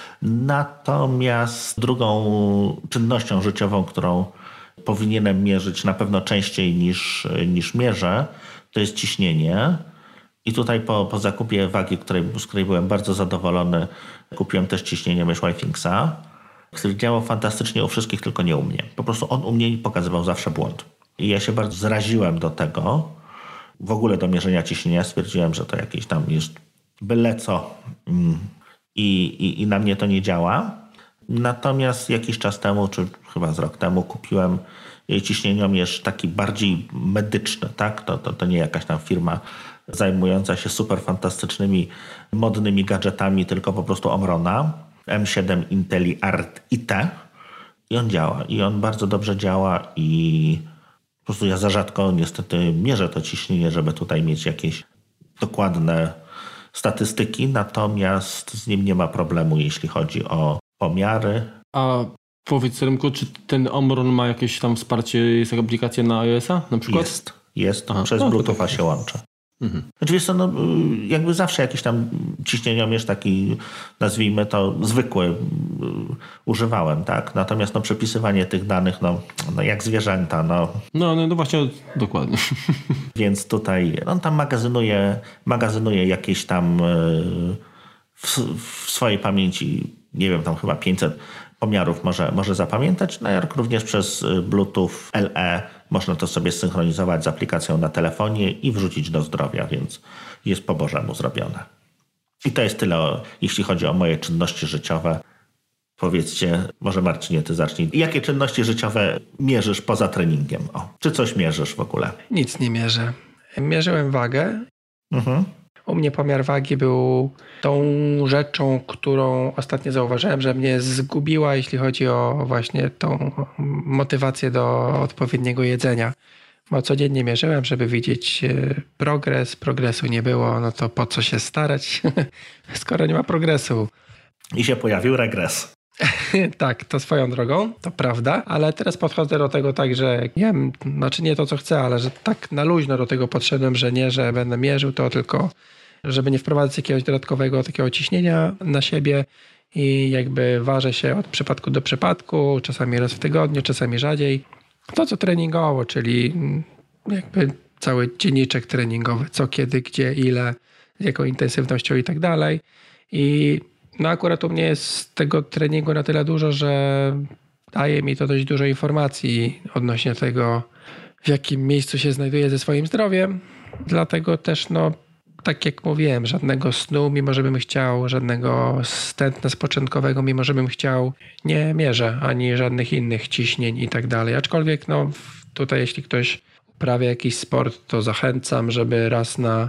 Natomiast drugą czynnością życiową, którą powinienem mierzyć na pewno częściej niż mierzę, to jest ciśnienie. I tutaj po zakupie wagi, z której byłem bardzo zadowolony, kupiłem też ciśnienie mysz Withingsa, który działał fantastycznie u wszystkich, tylko nie u mnie. Po prostu on u mnie pokazywał zawsze błąd. I ja się bardzo zraziłem do tego, w ogóle do mierzenia ciśnienia. Stwierdziłem, że to jakieś tam jest byle co i na mnie to nie działa. Natomiast jakiś czas temu, czy chyba z rok temu, kupiłem ciśnieniomierz taki bardziej medyczny, tak? To nie jakaś tam firma zajmująca się super fantastycznymi, modnymi gadżetami, tylko po prostu Omrona. M7 IntelliArt IT. I on działa. I on bardzo dobrze działa i po prostu ja za rzadko niestety mierzę to ciśnienie, żeby tutaj mieć jakieś dokładne statystyki, natomiast z nim nie ma problemu, jeśli chodzi o pomiary. A powiedz, Remku, czy ten Omron ma jakieś tam wsparcie, jest jaka aplikacja na iOS-a na przykład? Jest. Przez Bluetootha się łączy. Oczywiście jakby zawsze jakiś tam ciśnieniomierz taki, nazwijmy to zwykły, używałem, tak? Natomiast przepisywanie tych danych, jak zwierzęta, No właśnie, dokładnie. Więc tutaj on tam magazynuje jakieś tam w swojej pamięci, nie wiem, tam chyba 500 pomiarów może zapamiętać, jak również przez Bluetooth LE można to sobie synchronizować z aplikacją na telefonie i wrzucić do zdrowia, więc jest po bożemu zrobione. I to jest tyle, jeśli chodzi o moje czynności życiowe. Powiedzcie, może Marcinie, ty zacznij. Jakie czynności życiowe mierzysz poza treningiem? Czy coś mierzysz w ogóle? Nic nie mierzę. Mierzyłem wagę. U mnie pomiar wagi był tą rzeczą, którą ostatnio zauważyłem, że mnie zgubiła, jeśli chodzi o właśnie tą motywację do odpowiedniego jedzenia. Bo codziennie mierzyłem, żeby widzieć progres. Progresu nie było, no to po co się starać, skoro nie ma progresu. I się pojawił regres. Tak, to swoją drogą, to prawda, ale teraz podchodzę do tego tak, że jem, znaczy nie to co chcę, ale że tak na luźno do tego podszedłem, że nie, że będę mierzył to, tylko żeby nie wprowadzać jakiegoś dodatkowego takiego ciśnienia na siebie i jakby ważę się od przypadku do przypadku, czasami raz w tygodniu, czasami rzadziej. To co treningowo, czyli jakby cały dzienniczek treningowy, co, kiedy, gdzie, ile, z jaką intensywnością i tak dalej. I akurat u mnie jest tego treningu na tyle dużo, że daje mi to dość dużo informacji odnośnie tego, w jakim miejscu się znajduję ze swoim zdrowiem. Dlatego też, tak jak mówiłem, żadnego snu, mimo że bym chciał, żadnego stętna spoczynkowego, mimo że bym chciał, nie mierzę, ani żadnych innych ciśnień i tak dalej. Aczkolwiek tutaj jeśli ktoś uprawia jakiś sport, to zachęcam, żeby raz na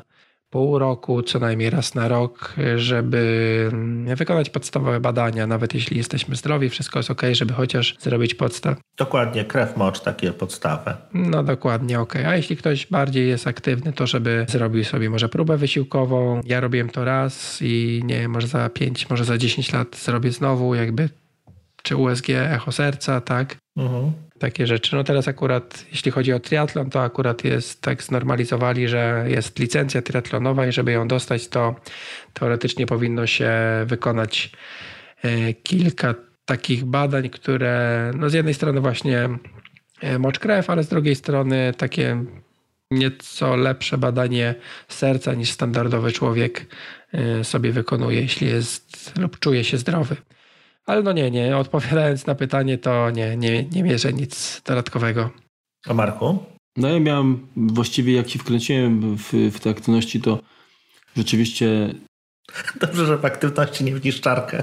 pół roku, co najmniej raz na rok, żeby wykonać podstawowe badania, nawet jeśli jesteśmy zdrowi, wszystko jest ok, żeby chociaż zrobić podstaw. Dokładnie, krew, mocz, takie podstawy. No dokładnie, ok. A jeśli ktoś bardziej jest aktywny, to żeby zrobił sobie może próbę wysiłkową. Ja robiłem to raz i nie wiem, może za 5, może za 10 lat zrobię znowu, jakby czy USG, echo serca, tak? Takie rzeczy. No teraz akurat, jeśli chodzi o triatlon, to akurat jest tak znormalizowali, że jest licencja triatlonowa i żeby ją dostać, to teoretycznie powinno się wykonać kilka takich badań, które no z jednej strony właśnie mocz krew, ale z drugiej strony takie nieco lepsze badanie serca niż standardowy człowiek sobie wykonuje, jeśli jest lub czuje się zdrowy. Ale no nie, odpowiadając na pytanie, to nie mierzę nic dodatkowego. A Marku? No ja miałem właściwie, jak się wkręciłem w te aktywności, to rzeczywiście... Dobrze, że w aktywności nie widzisz czarkę.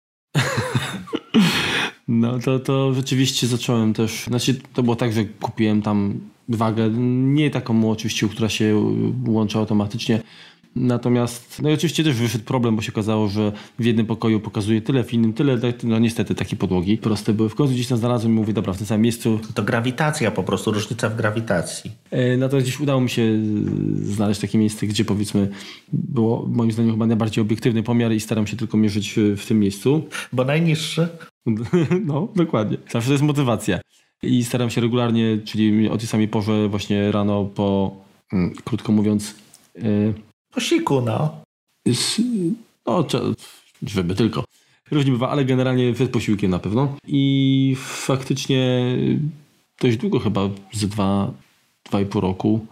No to rzeczywiście zacząłem też... Znaczy to było tak, że kupiłem tam wagę, nie taką oczywiście, która się łączy automatycznie. Natomiast, no i oczywiście też wyszedł problem, bo się okazało, że w jednym pokoju pokazuje tyle, w innym tyle. No niestety takie podłogi proste były. W końcu gdzieś tam znalazłem i mówię, dobra, w tym samym miejscu. To grawitacja po prostu, różnica w grawitacji. Natomiast gdzieś udało mi się znaleźć takie miejsce, gdzie powiedzmy było moim zdaniem chyba najbardziej obiektywny pomiar i staram się tylko mierzyć w tym miejscu. Bo najniższy. No, dokładnie. Zawsze to jest motywacja. I staram się regularnie, czyli o tej samej porze właśnie rano po, krótko mówiąc... Po siku, no. No, żeby tylko. Różnie bywa, ale generalnie przed posiłkiem na pewno. I faktycznie dość długo, chyba z 2,5 roku.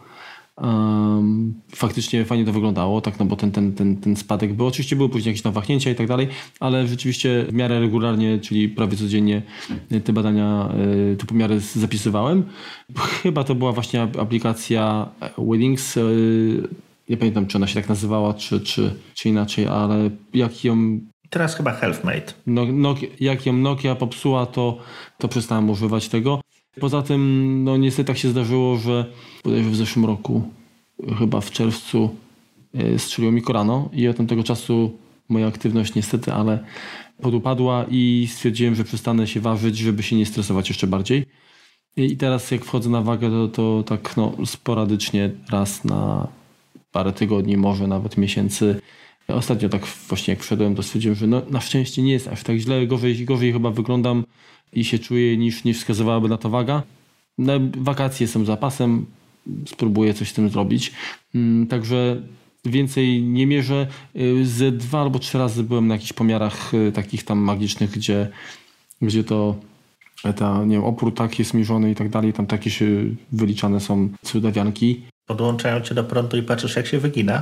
Faktycznie fajnie to wyglądało, tak, no bo ten spadek był. Oczywiście były później jakieś tam wahnięcia i tak dalej, ale rzeczywiście w miarę regularnie, czyli prawie codziennie te badania, te pomiary zapisywałem. Chyba to była właśnie aplikacja Withings. Nie pamiętam, czy ona się tak nazywała, czy inaczej, ale jak ją... Teraz chyba Healthmate. Jak ją Nokia popsuła, to przestałem używać tego. Poza tym, no niestety tak się zdarzyło, że bodajże w zeszłym roku, chyba w czerwcu, strzeliło mi kolano i od tamtego czasu moja aktywność niestety, ale podupadła i stwierdziłem, że przestanę się ważyć, żeby się nie stresować jeszcze bardziej. I teraz jak wchodzę na wagę, to tak sporadycznie raz na parę tygodni, może nawet miesięcy. Ostatnio tak właśnie jak wszedłem, to stwierdziłem, że no, na szczęście nie jest aż tak źle. Gorzej chyba wyglądam i się czuję niż wskazywałaby na to waga. Na wakacje jestem zapasem, spróbuję coś z tym zrobić. Także więcej nie mierzę. Z 2 albo 3 razy byłem na jakichś pomiarach takich tam magicznych, gdzie to nie wiem, opór tak jest mierzony i tak dalej. Tam takie się wyliczane są cudawianki. Podłączają cię do prądu i patrzysz, jak się wygina?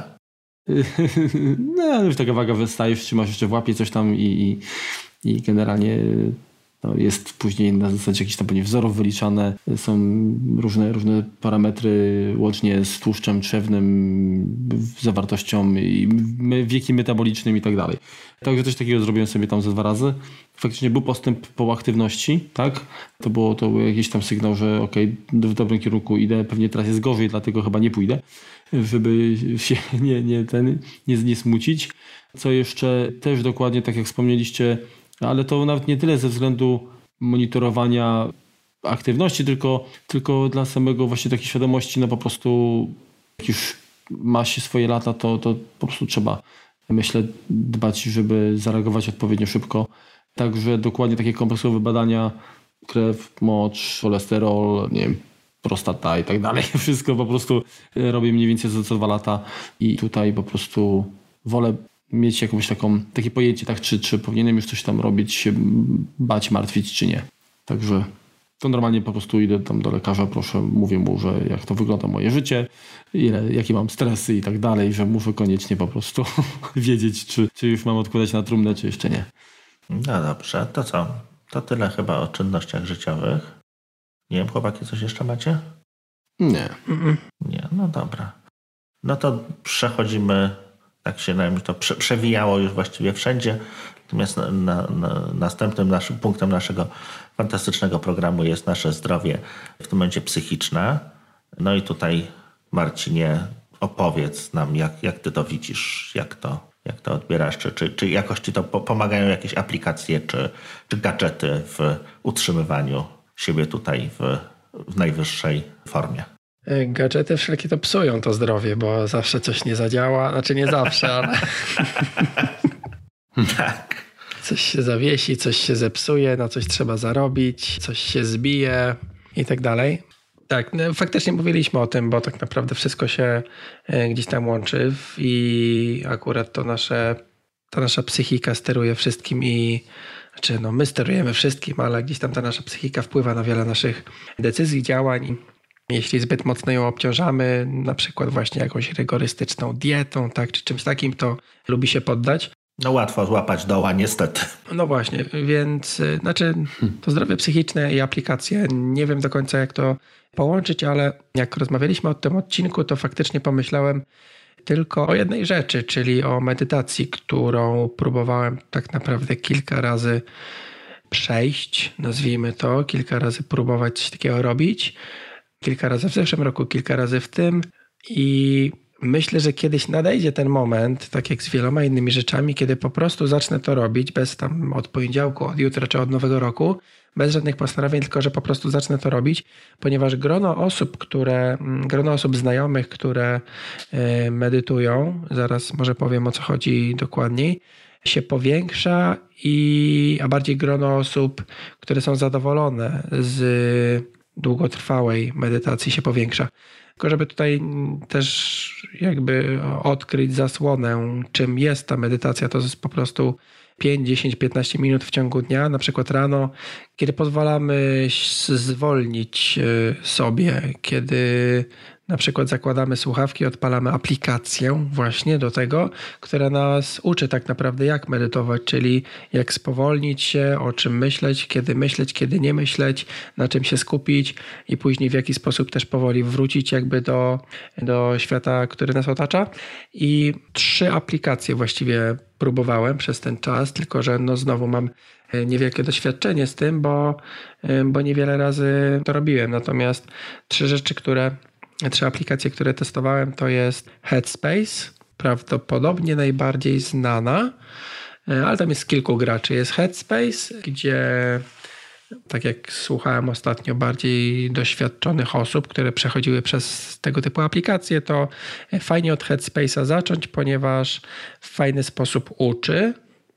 No, już taka waga wystajesz, trzymasz jeszcze w łapie coś tam i generalnie no, jest później na zasadzie jakichś tam wzorów wyliczane. Są różne parametry, łącznie z tłuszczem trzewnym, zawartością i wiekiem metabolicznym i tak dalej. Także coś takiego zrobiłem sobie tam ze 2 razy. Faktycznie był postęp po aktywności, tak? To był jakiś tam sygnał, że okej, w dobrym kierunku idę, pewnie teraz jest gorzej, dlatego chyba nie pójdę, żeby się nie smucić. Co jeszcze też dokładnie, tak jak wspomnieliście, ale to nawet nie tyle ze względu monitorowania aktywności, tylko dla samego właśnie takiej świadomości, no po prostu jak już ma się swoje lata, to po prostu trzeba, myślę, dbać, żeby zareagować odpowiednio szybko. Także dokładnie takie kompleksowe badania, krew, mocz, cholesterol, nie wiem, prostata i tak dalej. Wszystko po prostu robię mniej więcej co 2 lata i tutaj po prostu wolę mieć jakąś takie pojęcie, tak, czy powinienem już coś tam robić, się bać, martwić, czy nie. Także to normalnie po prostu idę tam do lekarza, proszę, mówię mu, że jak to wygląda moje życie, jakie mam stresy i tak dalej, że muszę koniecznie po prostu wiedzieć, czy już mam odkładać na trumnę, czy jeszcze nie. No dobrze, to co? To tyle chyba o czynnościach życiowych. Nie wiem, chłopaki, coś jeszcze macie? Nie. Nie, no dobra. No to przechodzimy, tak się nam to przewijało już właściwie wszędzie. Natomiast następnym punktem naszego fantastycznego programu jest nasze zdrowie, w tym momencie psychiczne. No i tutaj, Marcinie, opowiedz nam, jak ty to widzisz, jak to odbierasz, czy jakoś ci to pomagają jakieś aplikacje, czy gadżety w utrzymywaniu siebie tutaj w najwyższej formie? Gadżety wszelkie to psują to zdrowie, bo zawsze coś nie zadziała. Znaczy nie zawsze, ale Tak. coś się zawiesi, coś się zepsuje, na coś trzeba zarobić, coś się zbije i tak dalej. Tak, no, faktycznie mówiliśmy o tym, bo tak naprawdę wszystko się gdzieś tam łączy i akurat ta nasza psychika steruje wszystkim znaczy my sterujemy wszystkim, ale gdzieś tam ta nasza psychika wpływa na wiele naszych decyzji, działań. Jeśli zbyt mocno ją obciążamy, na przykład właśnie jakąś rygorystyczną dietą, tak, czy czymś takim, to lubi się poddać. No łatwo złapać doła, niestety. No właśnie, więc to zdrowie psychiczne i aplikacje, nie wiem do końca jak to połączyć, ale jak rozmawialiśmy o tym odcinku, to faktycznie pomyślałem tylko o jednej rzeczy, czyli o medytacji, którą próbowałem tak naprawdę kilka razy przejść, nazwijmy to, kilka razy próbować coś takiego robić. Kilka razy w zeszłym roku, kilka razy w tym i myślę, że kiedyś nadejdzie ten moment, tak jak z wieloma innymi rzeczami, kiedy po prostu zacznę to robić bez tam od poniedziałku, od jutra czy od nowego roku, bez żadnych postanowień, tylko że po prostu zacznę to robić, ponieważ grono osób znajomych, które medytują, zaraz może powiem o co chodzi dokładniej, się powiększa a bardziej grono osób, które są zadowolone z długotrwałej medytacji się powiększa. Tylko żeby tutaj też jakby odkryć zasłonę, czym jest ta medytacja, to jest po prostu 5, 10, 15 minut w ciągu dnia, na przykład rano, kiedy pozwalamy zwolnić sobie, kiedy na przykład zakładamy słuchawki, odpalamy aplikację właśnie do tego, która nas uczy tak naprawdę jak medytować, czyli jak spowolnić się, o czym myśleć, kiedy nie myśleć, na czym się skupić i później w jaki sposób też powoli wrócić jakby do świata, który nas otacza. I 3 aplikacje właściwie próbowałem przez ten czas, tylko że znowu mam niewielkie doświadczenie z tym, bo niewiele razy to robiłem. Natomiast 3 aplikacje, które testowałem, to jest Headspace, prawdopodobnie najbardziej znana, ale tam jest kilku graczy. Jest Headspace, gdzie tak jak słuchałem ostatnio bardziej doświadczonych osób, które przechodziły przez tego typu aplikacje, to fajnie od Headspace'a zacząć, ponieważ w fajny sposób uczy.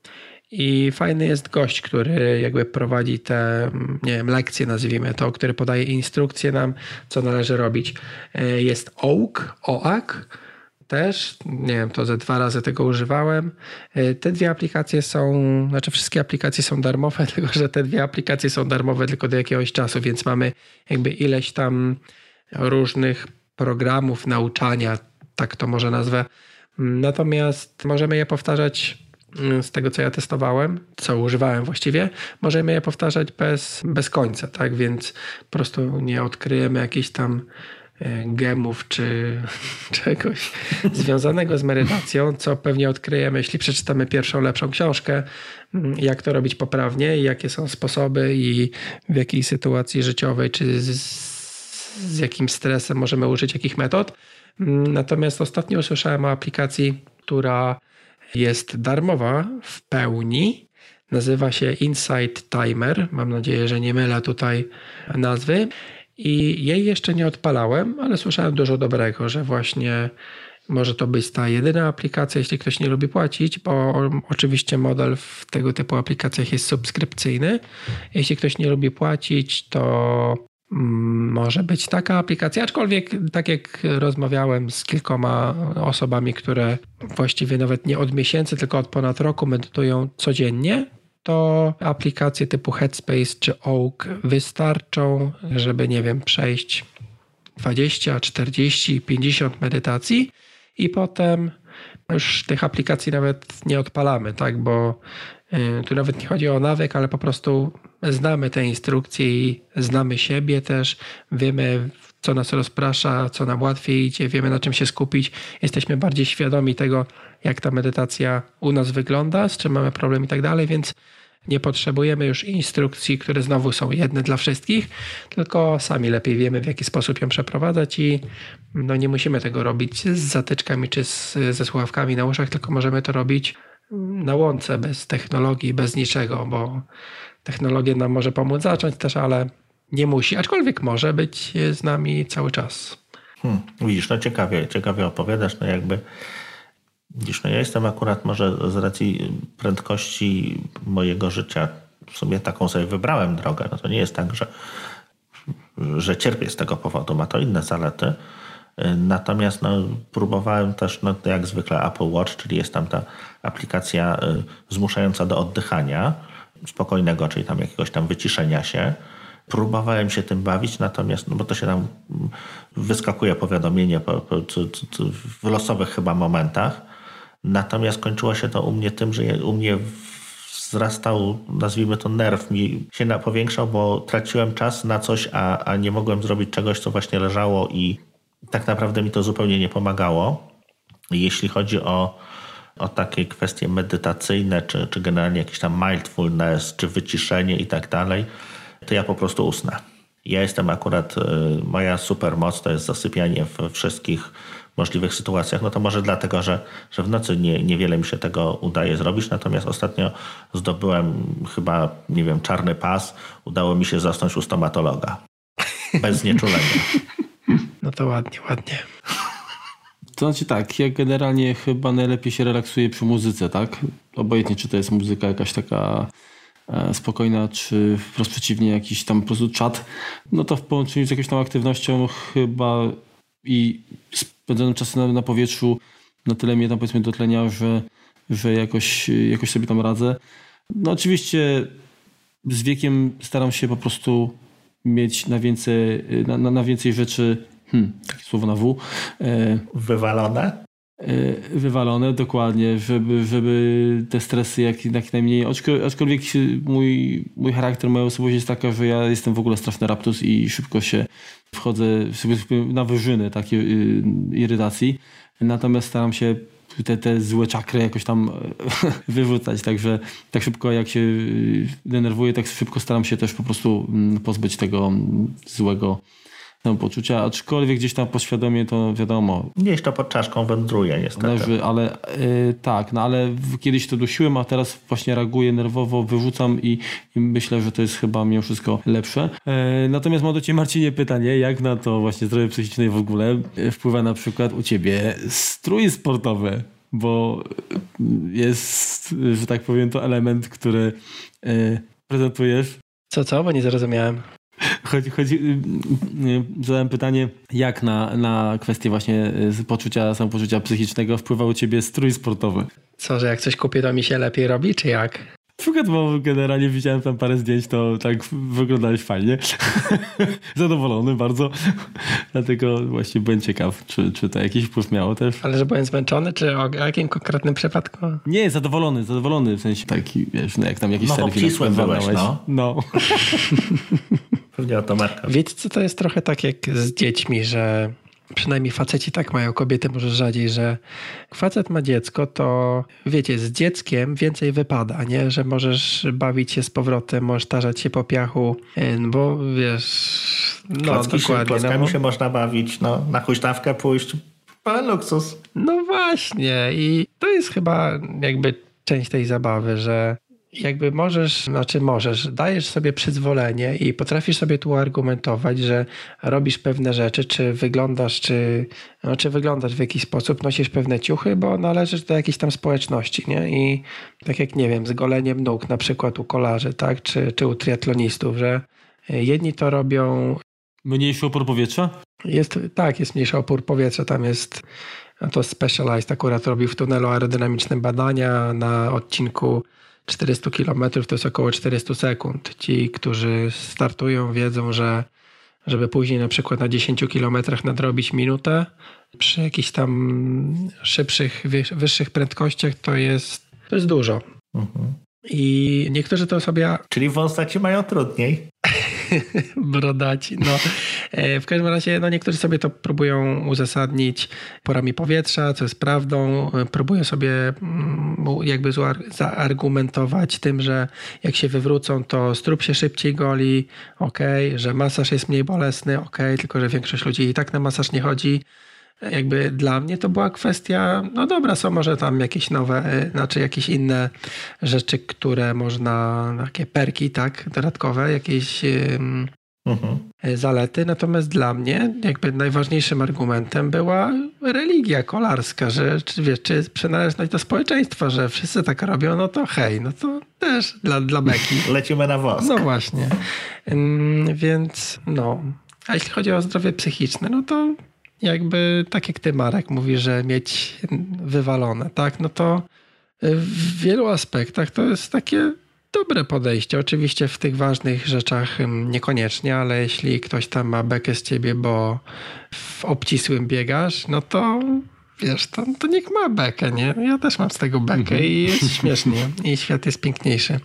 I fajny jest gość, który jakby prowadzi te, lekcje, nazwijmy to, który podaje instrukcje nam, co należy robić. Jest OAK też, to ze 2 razy tego używałem. Te 2 aplikacje wszystkie aplikacje są darmowe, tylko że te 2 aplikacje są darmowe tylko do jakiegoś czasu, więc mamy jakby ileś tam różnych programów nauczania, tak to może nazwę. Natomiast możemy je powtarzać z tego, co ja testowałem, co używałem właściwie, możemy je powtarzać bez końca, tak? Więc po prostu nie odkryjemy jakichś tam gemów czy czegoś związanego z medytacją, co pewnie odkryjemy, jeśli przeczytamy pierwszą, lepszą książkę, jak to robić poprawnie i jakie są sposoby i w jakiej sytuacji życiowej, czy z jakim stresem możemy użyć jakich metod. Natomiast ostatnio usłyszałem o aplikacji, która jest darmowa w pełni. Nazywa się Insight Timer. Mam nadzieję, że nie mylę tutaj nazwy. I jej jeszcze nie odpalałem, ale słyszałem dużo dobrego, że właśnie może to być ta jedyna aplikacja, jeśli ktoś nie lubi płacić, bo oczywiście model w tego typu aplikacjach jest subskrypcyjny. Jeśli ktoś nie lubi płacić, to może być taka aplikacja, aczkolwiek tak jak rozmawiałem z kilkoma osobami, które właściwie nawet nie od miesięcy, tylko od ponad roku medytują codziennie, to aplikacje typu Headspace czy OAK wystarczą, żeby, przejść 20, 40, 50 medytacji i potem już tych aplikacji nawet nie odpalamy, tak, bo tu nawet nie chodzi o nawyk, ale po prostu znamy te instrukcje i znamy siebie też, wiemy, co nas rozprasza, co nam łatwiej idzie, wiemy, na czym się skupić, jesteśmy bardziej świadomi tego, jak ta medytacja u nas wygląda, z czym mamy problem i tak dalej, więc Nie potrzebujemy już instrukcji, które znowu są jedne dla wszystkich, tylko sami lepiej wiemy, w jaki sposób ją przeprowadzać i nie musimy tego robić z zatyczkami czy ze słuchawkami na uszach, tylko możemy to robić na łące, bez technologii, bez niczego, bo technologia nam może pomóc zacząć też, ale nie musi, aczkolwiek może być z nami cały czas. Widzisz, ciekawie opowiadasz, widzisz, ja jestem akurat może z racji prędkości mojego życia, w sumie taką sobie wybrałem drogę, to nie jest tak, że cierpię z tego powodu, ma to inne zalety, natomiast próbowałem też, jak zwykle Apple Watch, czyli jest tam ta aplikacja zmuszająca do oddychania spokojnego, czyli tam jakiegoś tam wyciszenia się. Próbowałem się tym bawić, natomiast, bo to się tam wyskakuje powiadomienie w losowych chyba momentach. Natomiast kończyło się to u mnie tym, że u mnie wzrastał, nazwijmy to, nerw mi się powiększał, bo traciłem czas na coś, a nie mogłem zrobić czegoś, co właśnie leżało i tak naprawdę mi to zupełnie nie pomagało. Jeśli chodzi o takie kwestie medytacyjne, czy generalnie jakiś tam mindfulness, czy wyciszenie i tak dalej, to ja po prostu usnę. Ja jestem akurat, moja supermoc to jest zasypianie w wszystkich możliwych sytuacjach. To może dlatego, że w nocy niewiele mi się tego udaje zrobić, natomiast ostatnio zdobyłem chyba, czarny pas. Udało mi się zasnąć u stomatologa. Bez znieczulenia. No to ładnie. To znaczy tak, ja generalnie chyba najlepiej się relaksuję przy muzyce, tak? Obojętnie, czy to jest muzyka jakaś taka spokojna, czy wprost przeciwnie, jakiś tam po prostu czat, to w połączeniu z jakąś tam aktywnością chyba i spędzonym czasem na powietrzu na tyle mnie tam powiedzmy dotlenia, że jakoś sobie tam radzę. Oczywiście z wiekiem staram się po prostu mieć na więcej rzeczy, takie słowo na W. Wywalone? Wywalone, dokładnie, żeby te stresy jak najmniej, aczkolwiek mój charakter, moja osobowość jest taka, że ja jestem w ogóle straszny raptus i szybko się wchodzę na wyżyny takiej irytacji, natomiast staram się te złe czakry jakoś tam wyrzucać, także tak szybko jak się denerwuję, tak szybko staram się też po prostu pozbyć tego złego poczucia, aczkolwiek gdzieś tam podświadomie to wiadomo. Gdzieś to pod czaszką wędruje niestety. Ale tak, ale kiedyś to dusiłem, a teraz właśnie reaguję nerwowo, wyrzucam i myślę, że to jest chyba mimo wszystko lepsze. Natomiast mam do Ciebie, Marcinie, pytanie, jak na to właśnie zdrowie psychiczne i w ogóle wpływa na przykład u Ciebie strój sportowy, bo jest, że tak powiem, to element, który prezentujesz. Co? Bo nie zrozumiałem. Zadałem pytanie, jak na kwestię właśnie samopoczucia psychicznego wpływał u Ciebie strój sportowy? Co, że jak coś kupię, to mi się lepiej robi, czy jak? Na przykład, bo generalnie widziałem tam parę zdjęć, to tak wyglądałeś fajnie. Zadowolony bardzo. Dlatego właśnie byłem ciekaw, czy to jakiś wpływ miało też. Ale że byłem zmęczony, czy o jakim konkretnym przypadku? Nie, zadowolony, w sensie taki, wiesz, jak tam jakiś obcisłym byłeś, No. Pewnie o to Marka. Wiecie, co to jest trochę tak jak z dziećmi, że przynajmniej faceci tak mają, kobiety może rzadziej, że facet ma dziecko, to wiecie, z dzieckiem więcej wypada, nie? Że możesz bawić się z powrotem, możesz tarzać się po piachu, bo wiesz, Klockami się można bawić, na huśtawkę pójść, pełen luksus. No właśnie i to jest chyba jakby część tej zabawy, że jakby dajesz sobie przyzwolenie i potrafisz sobie tu argumentować, że robisz pewne rzeczy, czy wyglądasz w jakiś sposób, nosisz pewne ciuchy, bo należysz do jakiejś tam społeczności, nie? I tak jak, nie wiem, z goleniem nóg na przykład u kolarzy, tak? Czy u triatlonistów, że jedni to robią... Mniejszy opór powietrza? Jest mniejszy opór powietrza, tam jest... To Specialized akurat robił w tunelu aerodynamicznym badania na odcinku 400 km, to jest około 400 sekund. Ci, którzy startują, wiedzą, że żeby później na przykład na 10 km nadrobić minutę, przy jakichś tam szybszych, wyższych prędkościach to jest dużo. Mhm. I niektórzy to sobie... Czyli wąsaci mają trudniej. Brodaci, W każdym razie niektórzy sobie to próbują uzasadnić porami powietrza, co jest prawdą. Próbują sobie jakby zaargumentować tym, że jak się wywrócą, to strób się szybciej goli, że masaż jest mniej bolesny, tylko że większość ludzi i tak na masaż nie chodzi. Jakby dla mnie to była kwestia, dobra, są może tam jakieś nowe, jakieś inne rzeczy, które można, takie perki, tak, dodatkowe, jakieś zalety. Natomiast dla mnie jakby najważniejszym argumentem była religia kolarska, że czy przynależność do społeczeństwa, że wszyscy tak robią, to hej, to też dla beki. Lecimy na wosk. No właśnie. Więc a jeśli chodzi o zdrowie psychiczne, to jakby tak jak ty, Marek, mówisz, że mieć wywalone, tak? To w wielu aspektach to jest takie dobre podejście. Oczywiście w tych ważnych rzeczach niekoniecznie, ale jeśli ktoś tam ma bekę z ciebie, bo w obcisłym biegasz, to wiesz, to niech ma bekę, nie? Ja też mam z tego bekę i jest śmiesznie. I świat jest piękniejszy.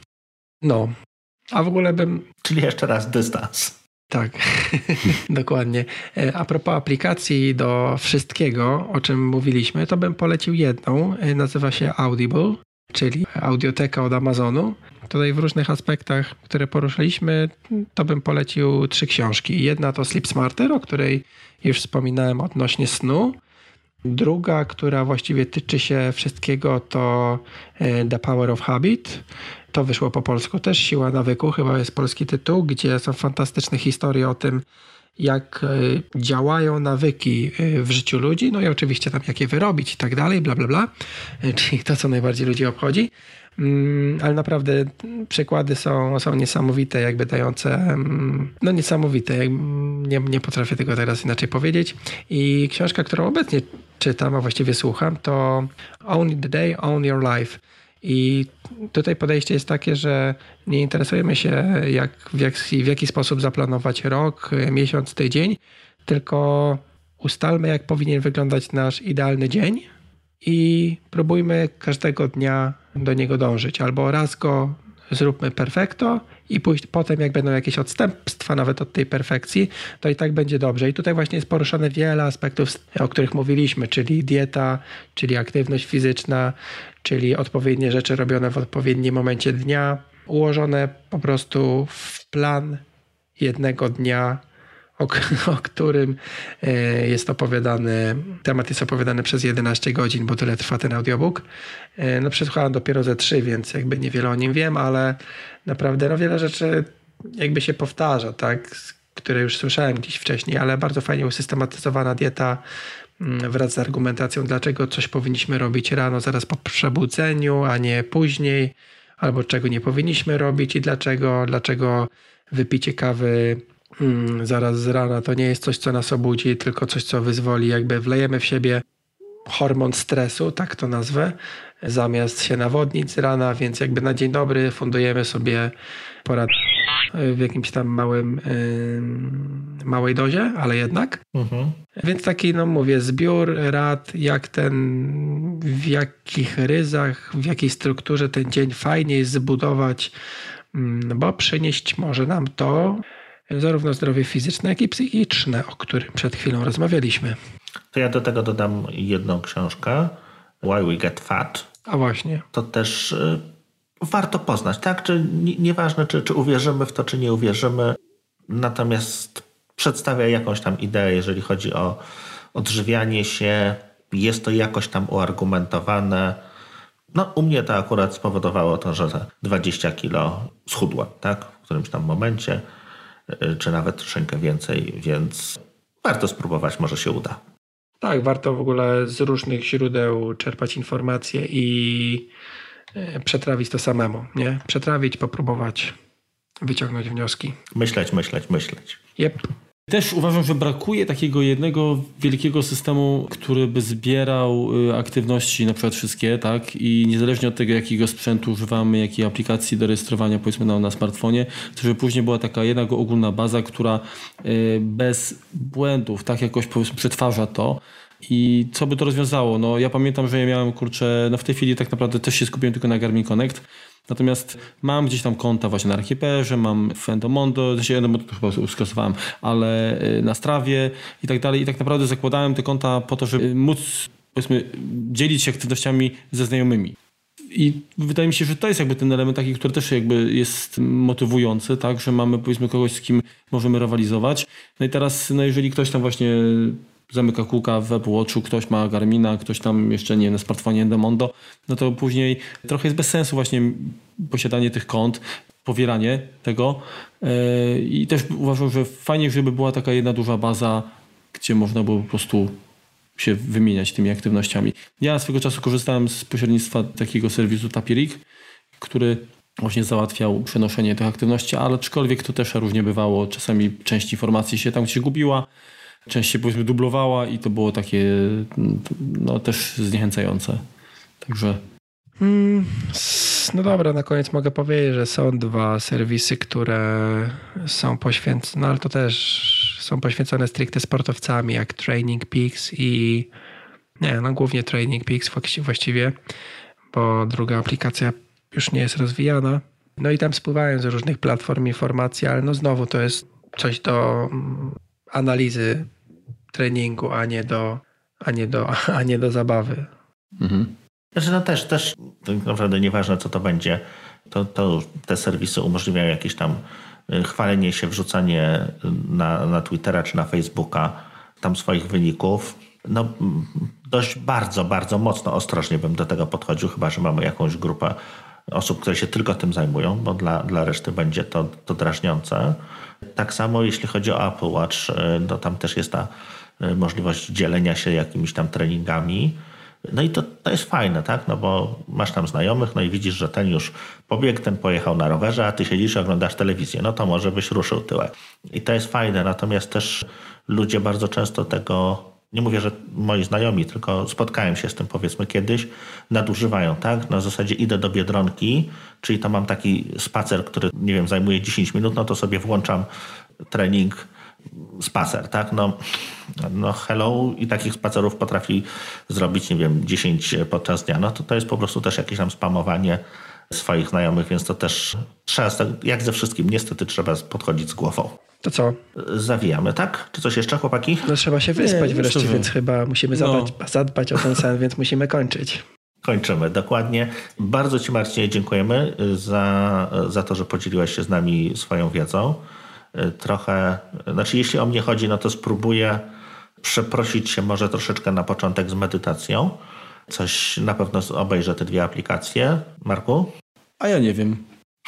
A w ogóle Czyli jeszcze raz dystans. Tak, dokładnie. A propos aplikacji do wszystkiego, o czym mówiliśmy, to bym polecił jedną. Nazywa się Audible, czyli audioteka od Amazonu. Tutaj w różnych aspektach, które poruszyliśmy, to bym polecił 3 książki. Jedna to Sleep Smarter, o której już wspominałem odnośnie snu. Druga, która właściwie tyczy się wszystkiego, to The Power of Habit. To wyszło po polsku też, Siła nawyku, chyba jest polski tytuł, gdzie są fantastyczne historie o tym, jak działają nawyki w życiu ludzi, i oczywiście tam jak je wyrobić i tak dalej, bla, bla, bla, czyli to, co najbardziej ludzi obchodzi. Ale naprawdę przykłady są niesamowite, jakby dające, niesamowite, nie potrafię tego teraz inaczej powiedzieć. I książka, którą obecnie czytam, a właściwie słucham, to Own the Day, Own Your Life. I tutaj podejście jest takie, że nie interesujemy się w jaki sposób zaplanować rok, miesiąc, tydzień, tylko ustalmy, jak powinien wyglądać nasz idealny dzień i próbujmy każdego dnia do niego dążyć. Albo raz go zróbmy perfekto i potem, jak będą jakieś odstępstwa nawet od tej perfekcji, to i tak będzie dobrze. I tutaj właśnie jest poruszane wiele aspektów, o których mówiliśmy, czyli dieta, czyli aktywność fizyczna, czyli odpowiednie rzeczy robione w odpowiednim momencie dnia, ułożone po prostu w plan jednego dnia, o którym temat jest opowiadany przez 11 godzin, bo tyle trwa ten audiobook. Przesłuchałem dopiero ze 3, więc jakby niewiele o nim wiem, ale naprawdę wiele rzeczy jakby się powtarza, tak, które już słyszałem gdzieś wcześniej, ale bardzo fajnie usystematyzowana dieta wraz z argumentacją, dlaczego coś powinniśmy robić rano zaraz po przebudzeniu, a nie później, albo czego nie powinniśmy robić i dlaczego wypicie kawy zaraz z rana to nie jest coś, co nas obudzi, tylko coś, co wyzwoli, jakby wlejemy w siebie hormon stresu, tak to nazwę, zamiast się nawodnić z rana, więc jakby na dzień dobry fundujemy sobie porad w jakimś tam małej dozie, ale jednak. Więc taki, zbiór rad, w jakich ryzach, w jakiej strukturze ten dzień fajnie jest zbudować, bo przynieść może nam to zarówno zdrowie fizyczne, jak i psychiczne, o którym przed chwilą rozmawialiśmy. To ja do tego dodam jedną książkę, Why We Get Fat. A właśnie. To też warto poznać, tak? Nieważne, czy uwierzymy w to, czy nie uwierzymy, natomiast przedstawia jakąś tam ideę, jeżeli chodzi o odżywianie się, jest to jakoś tam uargumentowane. U mnie to akurat spowodowało to, że 20 kilo schudłem, tak? W którymś tam momencie, czy nawet troszeczkę więcej, więc warto spróbować, może się uda. Tak, warto w ogóle z różnych źródeł czerpać informacje i przetrawić to samemu, nie? Przetrawić, popróbować, wyciągnąć wnioski. Myśleć. Yep. Też uważam, że brakuje takiego jednego wielkiego systemu, który by zbierał aktywności, na przykład wszystkie, tak? I niezależnie od tego, jakiego sprzętu używamy, jakiej aplikacji do rejestrowania, powiedzmy na smartfonie, to żeby później była taka jedna ogólna baza, która bez błędów tak jakoś powiedzmy przetwarza to I co by to rozwiązało? No ja pamiętam, że ja miałem, w tej chwili tak naprawdę też się skupiłem tylko na Garmin Connect. Natomiast mam gdzieś tam konta właśnie na Archiperze, mam w Endomondo, Endomondo to chyba skasowałem, ale na Strawie i tak dalej. I tak naprawdę zakładałem te konta po to, żeby móc, powiedzmy, dzielić się aktywnościami ze znajomymi. I wydaje mi się, że to jest jakby ten element taki, który też jakby jest motywujący, tak, że mamy, powiedzmy, kogoś, z kim możemy rywalizować. No i teraz, jeżeli ktoś tam właśnie zamyka kółka w Apple Watchu, ktoś ma Garmina, ktoś tam jeszcze, nie wiem, na smartfonie Endomondo, no to później trochę jest bez sensu właśnie posiadanie tych kont, powielanie tego. I też uważam, że fajnie, żeby była taka jedna duża baza, gdzie można było po prostu się wymieniać tymi aktywnościami. Ja swego czasu korzystałem z pośrednictwa takiego serwisu Tapirix, który właśnie załatwiał przenoszenie tych aktywności, ale aczkolwiek to też różnie bywało. Czasami część informacji się tam gdzieś gubiła, część się, powiedzmy, dublowała i to było takie no też zniechęcające. Także no dobra, na koniec mogę powiedzieć, że są dwa serwisy, które są poświęcone, no ale to też są poświęcone stricte sportowcami, jak Training Peaks i głównie Training Peaks właściwie, bo druga aplikacja już nie jest rozwijana. No i tam spływają z różnych platform informacji, ale no znowu to jest coś do analizy treningu, a nie do zabawy. Mhm. Znaczy no też tak naprawdę nieważne, co to będzie, to te serwisy umożliwiają jakieś tam chwalenie się, wrzucanie na Twittera czy na Facebooka tam swoich wyników. No dość bardzo mocno ostrożnie bym do tego podchodził, chyba że mamy jakąś grupę osób, które się tylko tym zajmują, bo dla reszty będzie to drażniące. Tak samo jeśli chodzi o Apple Watch, no tam też jest ta możliwość dzielenia się jakimiś tam treningami. No i to jest fajne, tak? No bo masz tam znajomych, no i widzisz, że ten już pobiegł, ten pojechał na rowerze, a ty siedzisz i oglądasz telewizję. No to może byś ruszył tyłek. I to jest fajne, natomiast też ludzie bardzo często tego, nie mówię, że moi znajomi, tylko spotkałem się z tym, powiedzmy, kiedyś, nadużywają, tak? Na zasadzie idę do Biedronki, czyli to mam taki spacer, który, nie wiem, zajmuje 10 minut, no to sobie włączam trening, spacer, tak? No hello, i takich spacerów potrafi zrobić, nie wiem, 10 podczas dnia. No to jest po prostu też jakieś tam spamowanie swoich znajomych, więc to też trzeba, jak ze wszystkim, niestety trzeba podchodzić z głową. To co? Zawijamy, tak? Czy coś jeszcze, chłopaki? No trzeba się wyspać wreszcie, więc chyba musimy zadbać o ten sen, więc musimy kończyć. Kończymy, dokładnie. Bardzo Ci, Marcinie, dziękujemy za to, że podzieliłeś się z nami swoją wiedzą. Trochę, znaczy jeśli o mnie chodzi, no to spróbuję przeprosić się może troszeczkę na początek z medytacją. Coś na pewno obejrzę te dwie aplikacje. Marku? A ja nie wiem.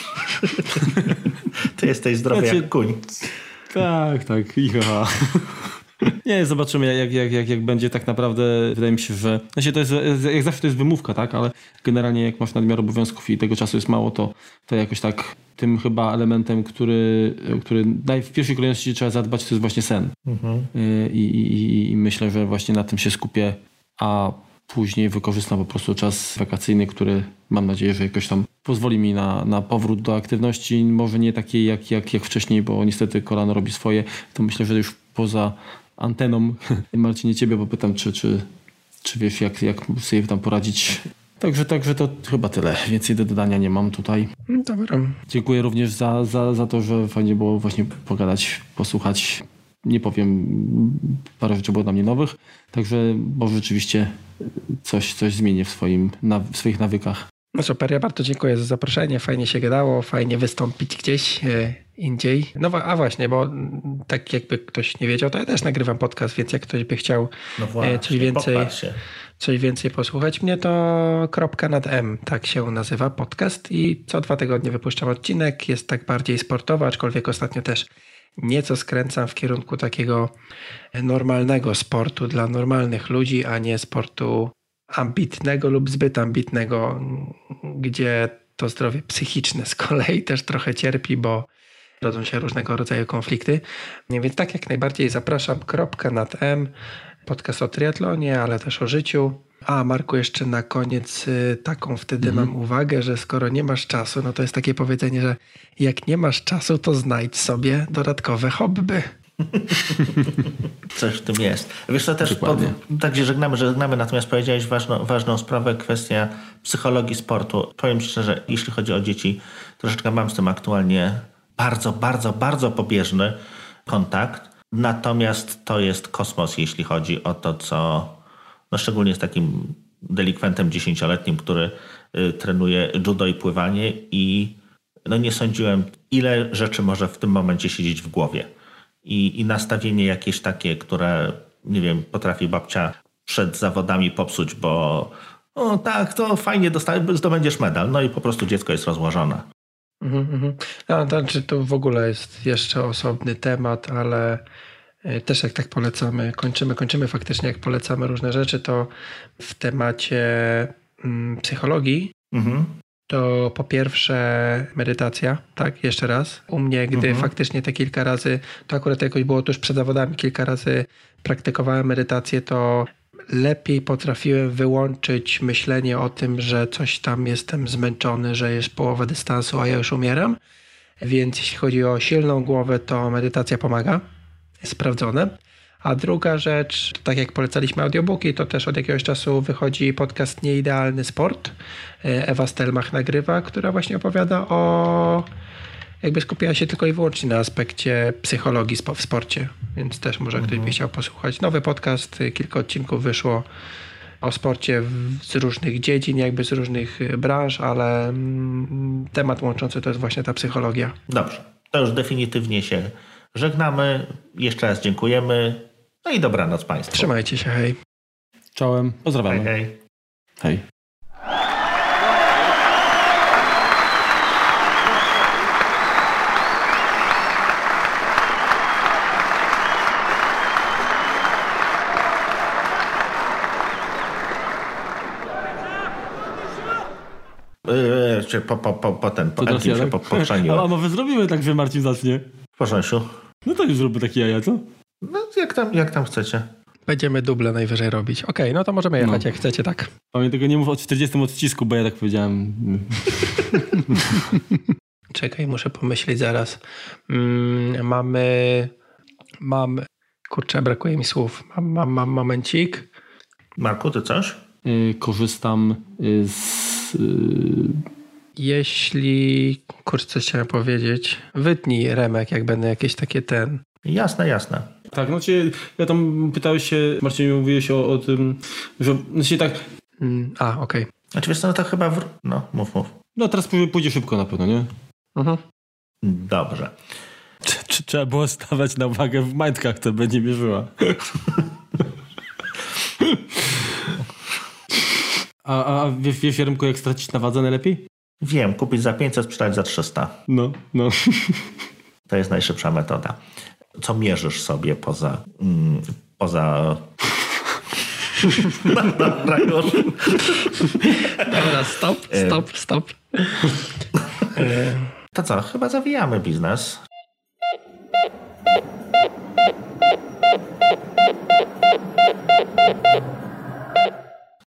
Ty jesteś zdrowy jak kuń. Tak. Iha. Nie, zobaczymy jak będzie tak naprawdę. Wydaje mi się, że to jest, jak zawsze to jest wymówka, tak? Ale generalnie jak masz nadmiar obowiązków i tego czasu jest mało, to jakoś tak tym chyba elementem, który w pierwszej kolejności trzeba zadbać, to jest właśnie sen. Mhm. I myślę, że właśnie na tym się skupię, a później wykorzystam po prostu czas wakacyjny, który mam nadzieję, że jakoś tam pozwoli mi na powrót do aktywności, może nie takiej jak wcześniej, bo niestety kolano robi swoje. To myślę, że już poza anteną, Marcinie, ciebie popytam, czy wiesz, jak sobie tam poradzić. Także to chyba tyle. Więcej do dodania nie mam tutaj. Dobra. Dziękuję również za to, że fajnie było właśnie pogadać, posłuchać. Nie powiem, parę rzeczy było dla mnie nowych, także może rzeczywiście coś zmienię w swoich nawykach. No super, ja bardzo dziękuję za zaproszenie. Fajnie się gadało, fajnie wystąpić gdzieś indziej. No a właśnie, bo tak jakby ktoś nie wiedział, to ja też nagrywam podcast, więc jak ktoś by chciał coś więcej posłuchać mnie, to .nad.m, tak się nazywa podcast i co 2 tygodnie wypuszczam odcinek. Jest tak bardziej sportowy, aczkolwiek ostatnio też nieco skręcam w kierunku takiego normalnego sportu dla normalnych ludzi, a nie sportu ambitnego lub zbyt ambitnego, gdzie to zdrowie psychiczne z kolei też trochę cierpi, bo rodzą się różnego rodzaju konflikty. Więc tak jak najbardziej zapraszam. .nad.m, podcast o triatlonie, ale też o życiu. A Marku, jeszcze na koniec taką wtedy mam uwagę, że skoro nie masz czasu, no to jest takie powiedzenie, że jak nie masz czasu, to znajdź sobie dodatkowe hobby. Coś w tym jest. Wiesz co, też tak się żegnamy, natomiast powiedziałeś ważną sprawę, kwestia psychologii sportu. Powiem szczerze, jeśli chodzi o dzieci, troszeczkę mam z tym aktualnie bardzo, bardzo, bardzo pobieżny kontakt. Natomiast to jest kosmos, jeśli chodzi o to, co szczególnie z takim delikwentem 10-letnim, który trenuje judo i pływanie i nie sądziłem, ile rzeczy może w tym momencie siedzieć w głowie. I nastawienie jakieś takie, które, nie wiem, potrafi babcia przed zawodami popsuć, bo tak, to fajnie zdobędziesz medal. No i po prostu dziecko jest rozłożone. Znaczy to w ogóle jest jeszcze osobny temat, ale też jak tak polecamy, kończymy faktycznie, jak polecamy różne rzeczy, to w temacie psychologii to po pierwsze medytacja, tak, jeszcze raz. U mnie, gdy faktycznie te kilka razy, to akurat jakoś było tuż przed zawodami, kilka razy praktykowałem medytację, to lepiej potrafiłem wyłączyć myślenie o tym, że coś tam jestem zmęczony, że jest połowa dystansu, a ja już umieram. Więc jeśli chodzi o silną głowę, to medytacja pomaga. Jest sprawdzone. A druga rzecz, tak jak polecaliśmy audiobooki, to też od jakiegoś czasu wychodzi podcast Nieidealny Sport. Ewa Stelmach nagrywa, która właśnie opowiada o... jakby skupiała się tylko i wyłącznie na aspekcie psychologii w sporcie. Więc też może ktoś by chciał posłuchać. Nowy podcast, kilka odcinków wyszło o sporcie z różnych dziedzin, jakby z różnych branż, ale temat łączący to jest właśnie ta psychologia. Dobrze, to już definitywnie się żegnamy. Jeszcze raz dziękujemy. No i dobranoc Państwu. Trzymajcie się, hej. Czołem, pozdrawiam. Hej. Hej. Elkim się pochrzaniłem. A może zrobimy tak, że Marcin zacznie? W porządku. No to już zróbmy takie jaja, co? No jak tam chcecie. Będziemy duble najwyżej robić. Okej, no to możemy jechać, jak chcecie, tak. Pamiętaj, tylko nie mów o 40 odcisku, bo ja tak powiedziałem. Czekaj, muszę pomyśleć zaraz. Kurczę, brakuje mi słów. Mam momencik. Marku, ty coś? Korzystam z... Jeśli... Kurczę, coś chciałem powiedzieć. Wytnij, Remek, jak będę jakieś takie Jasne. Tak, no ja tam pytałeś się, Marcin, mówiłeś o tym, że tak... okej. Znaczy wiesz co, no to chyba... mów. No teraz pójdzie szybko na pewno, nie? Dobrze. Czy trzeba było stawać na wagę w majtkach, to będzie mierzyła. A wiesz, Jaremku, jak stracić na wadze najlepiej? Wiem, kupić za 500, sprzedać za 300. No. To jest najszybsza metoda. Co mierzysz sobie poza... Dobra, już. Dobra, stop. To co, chyba zawijamy biznes.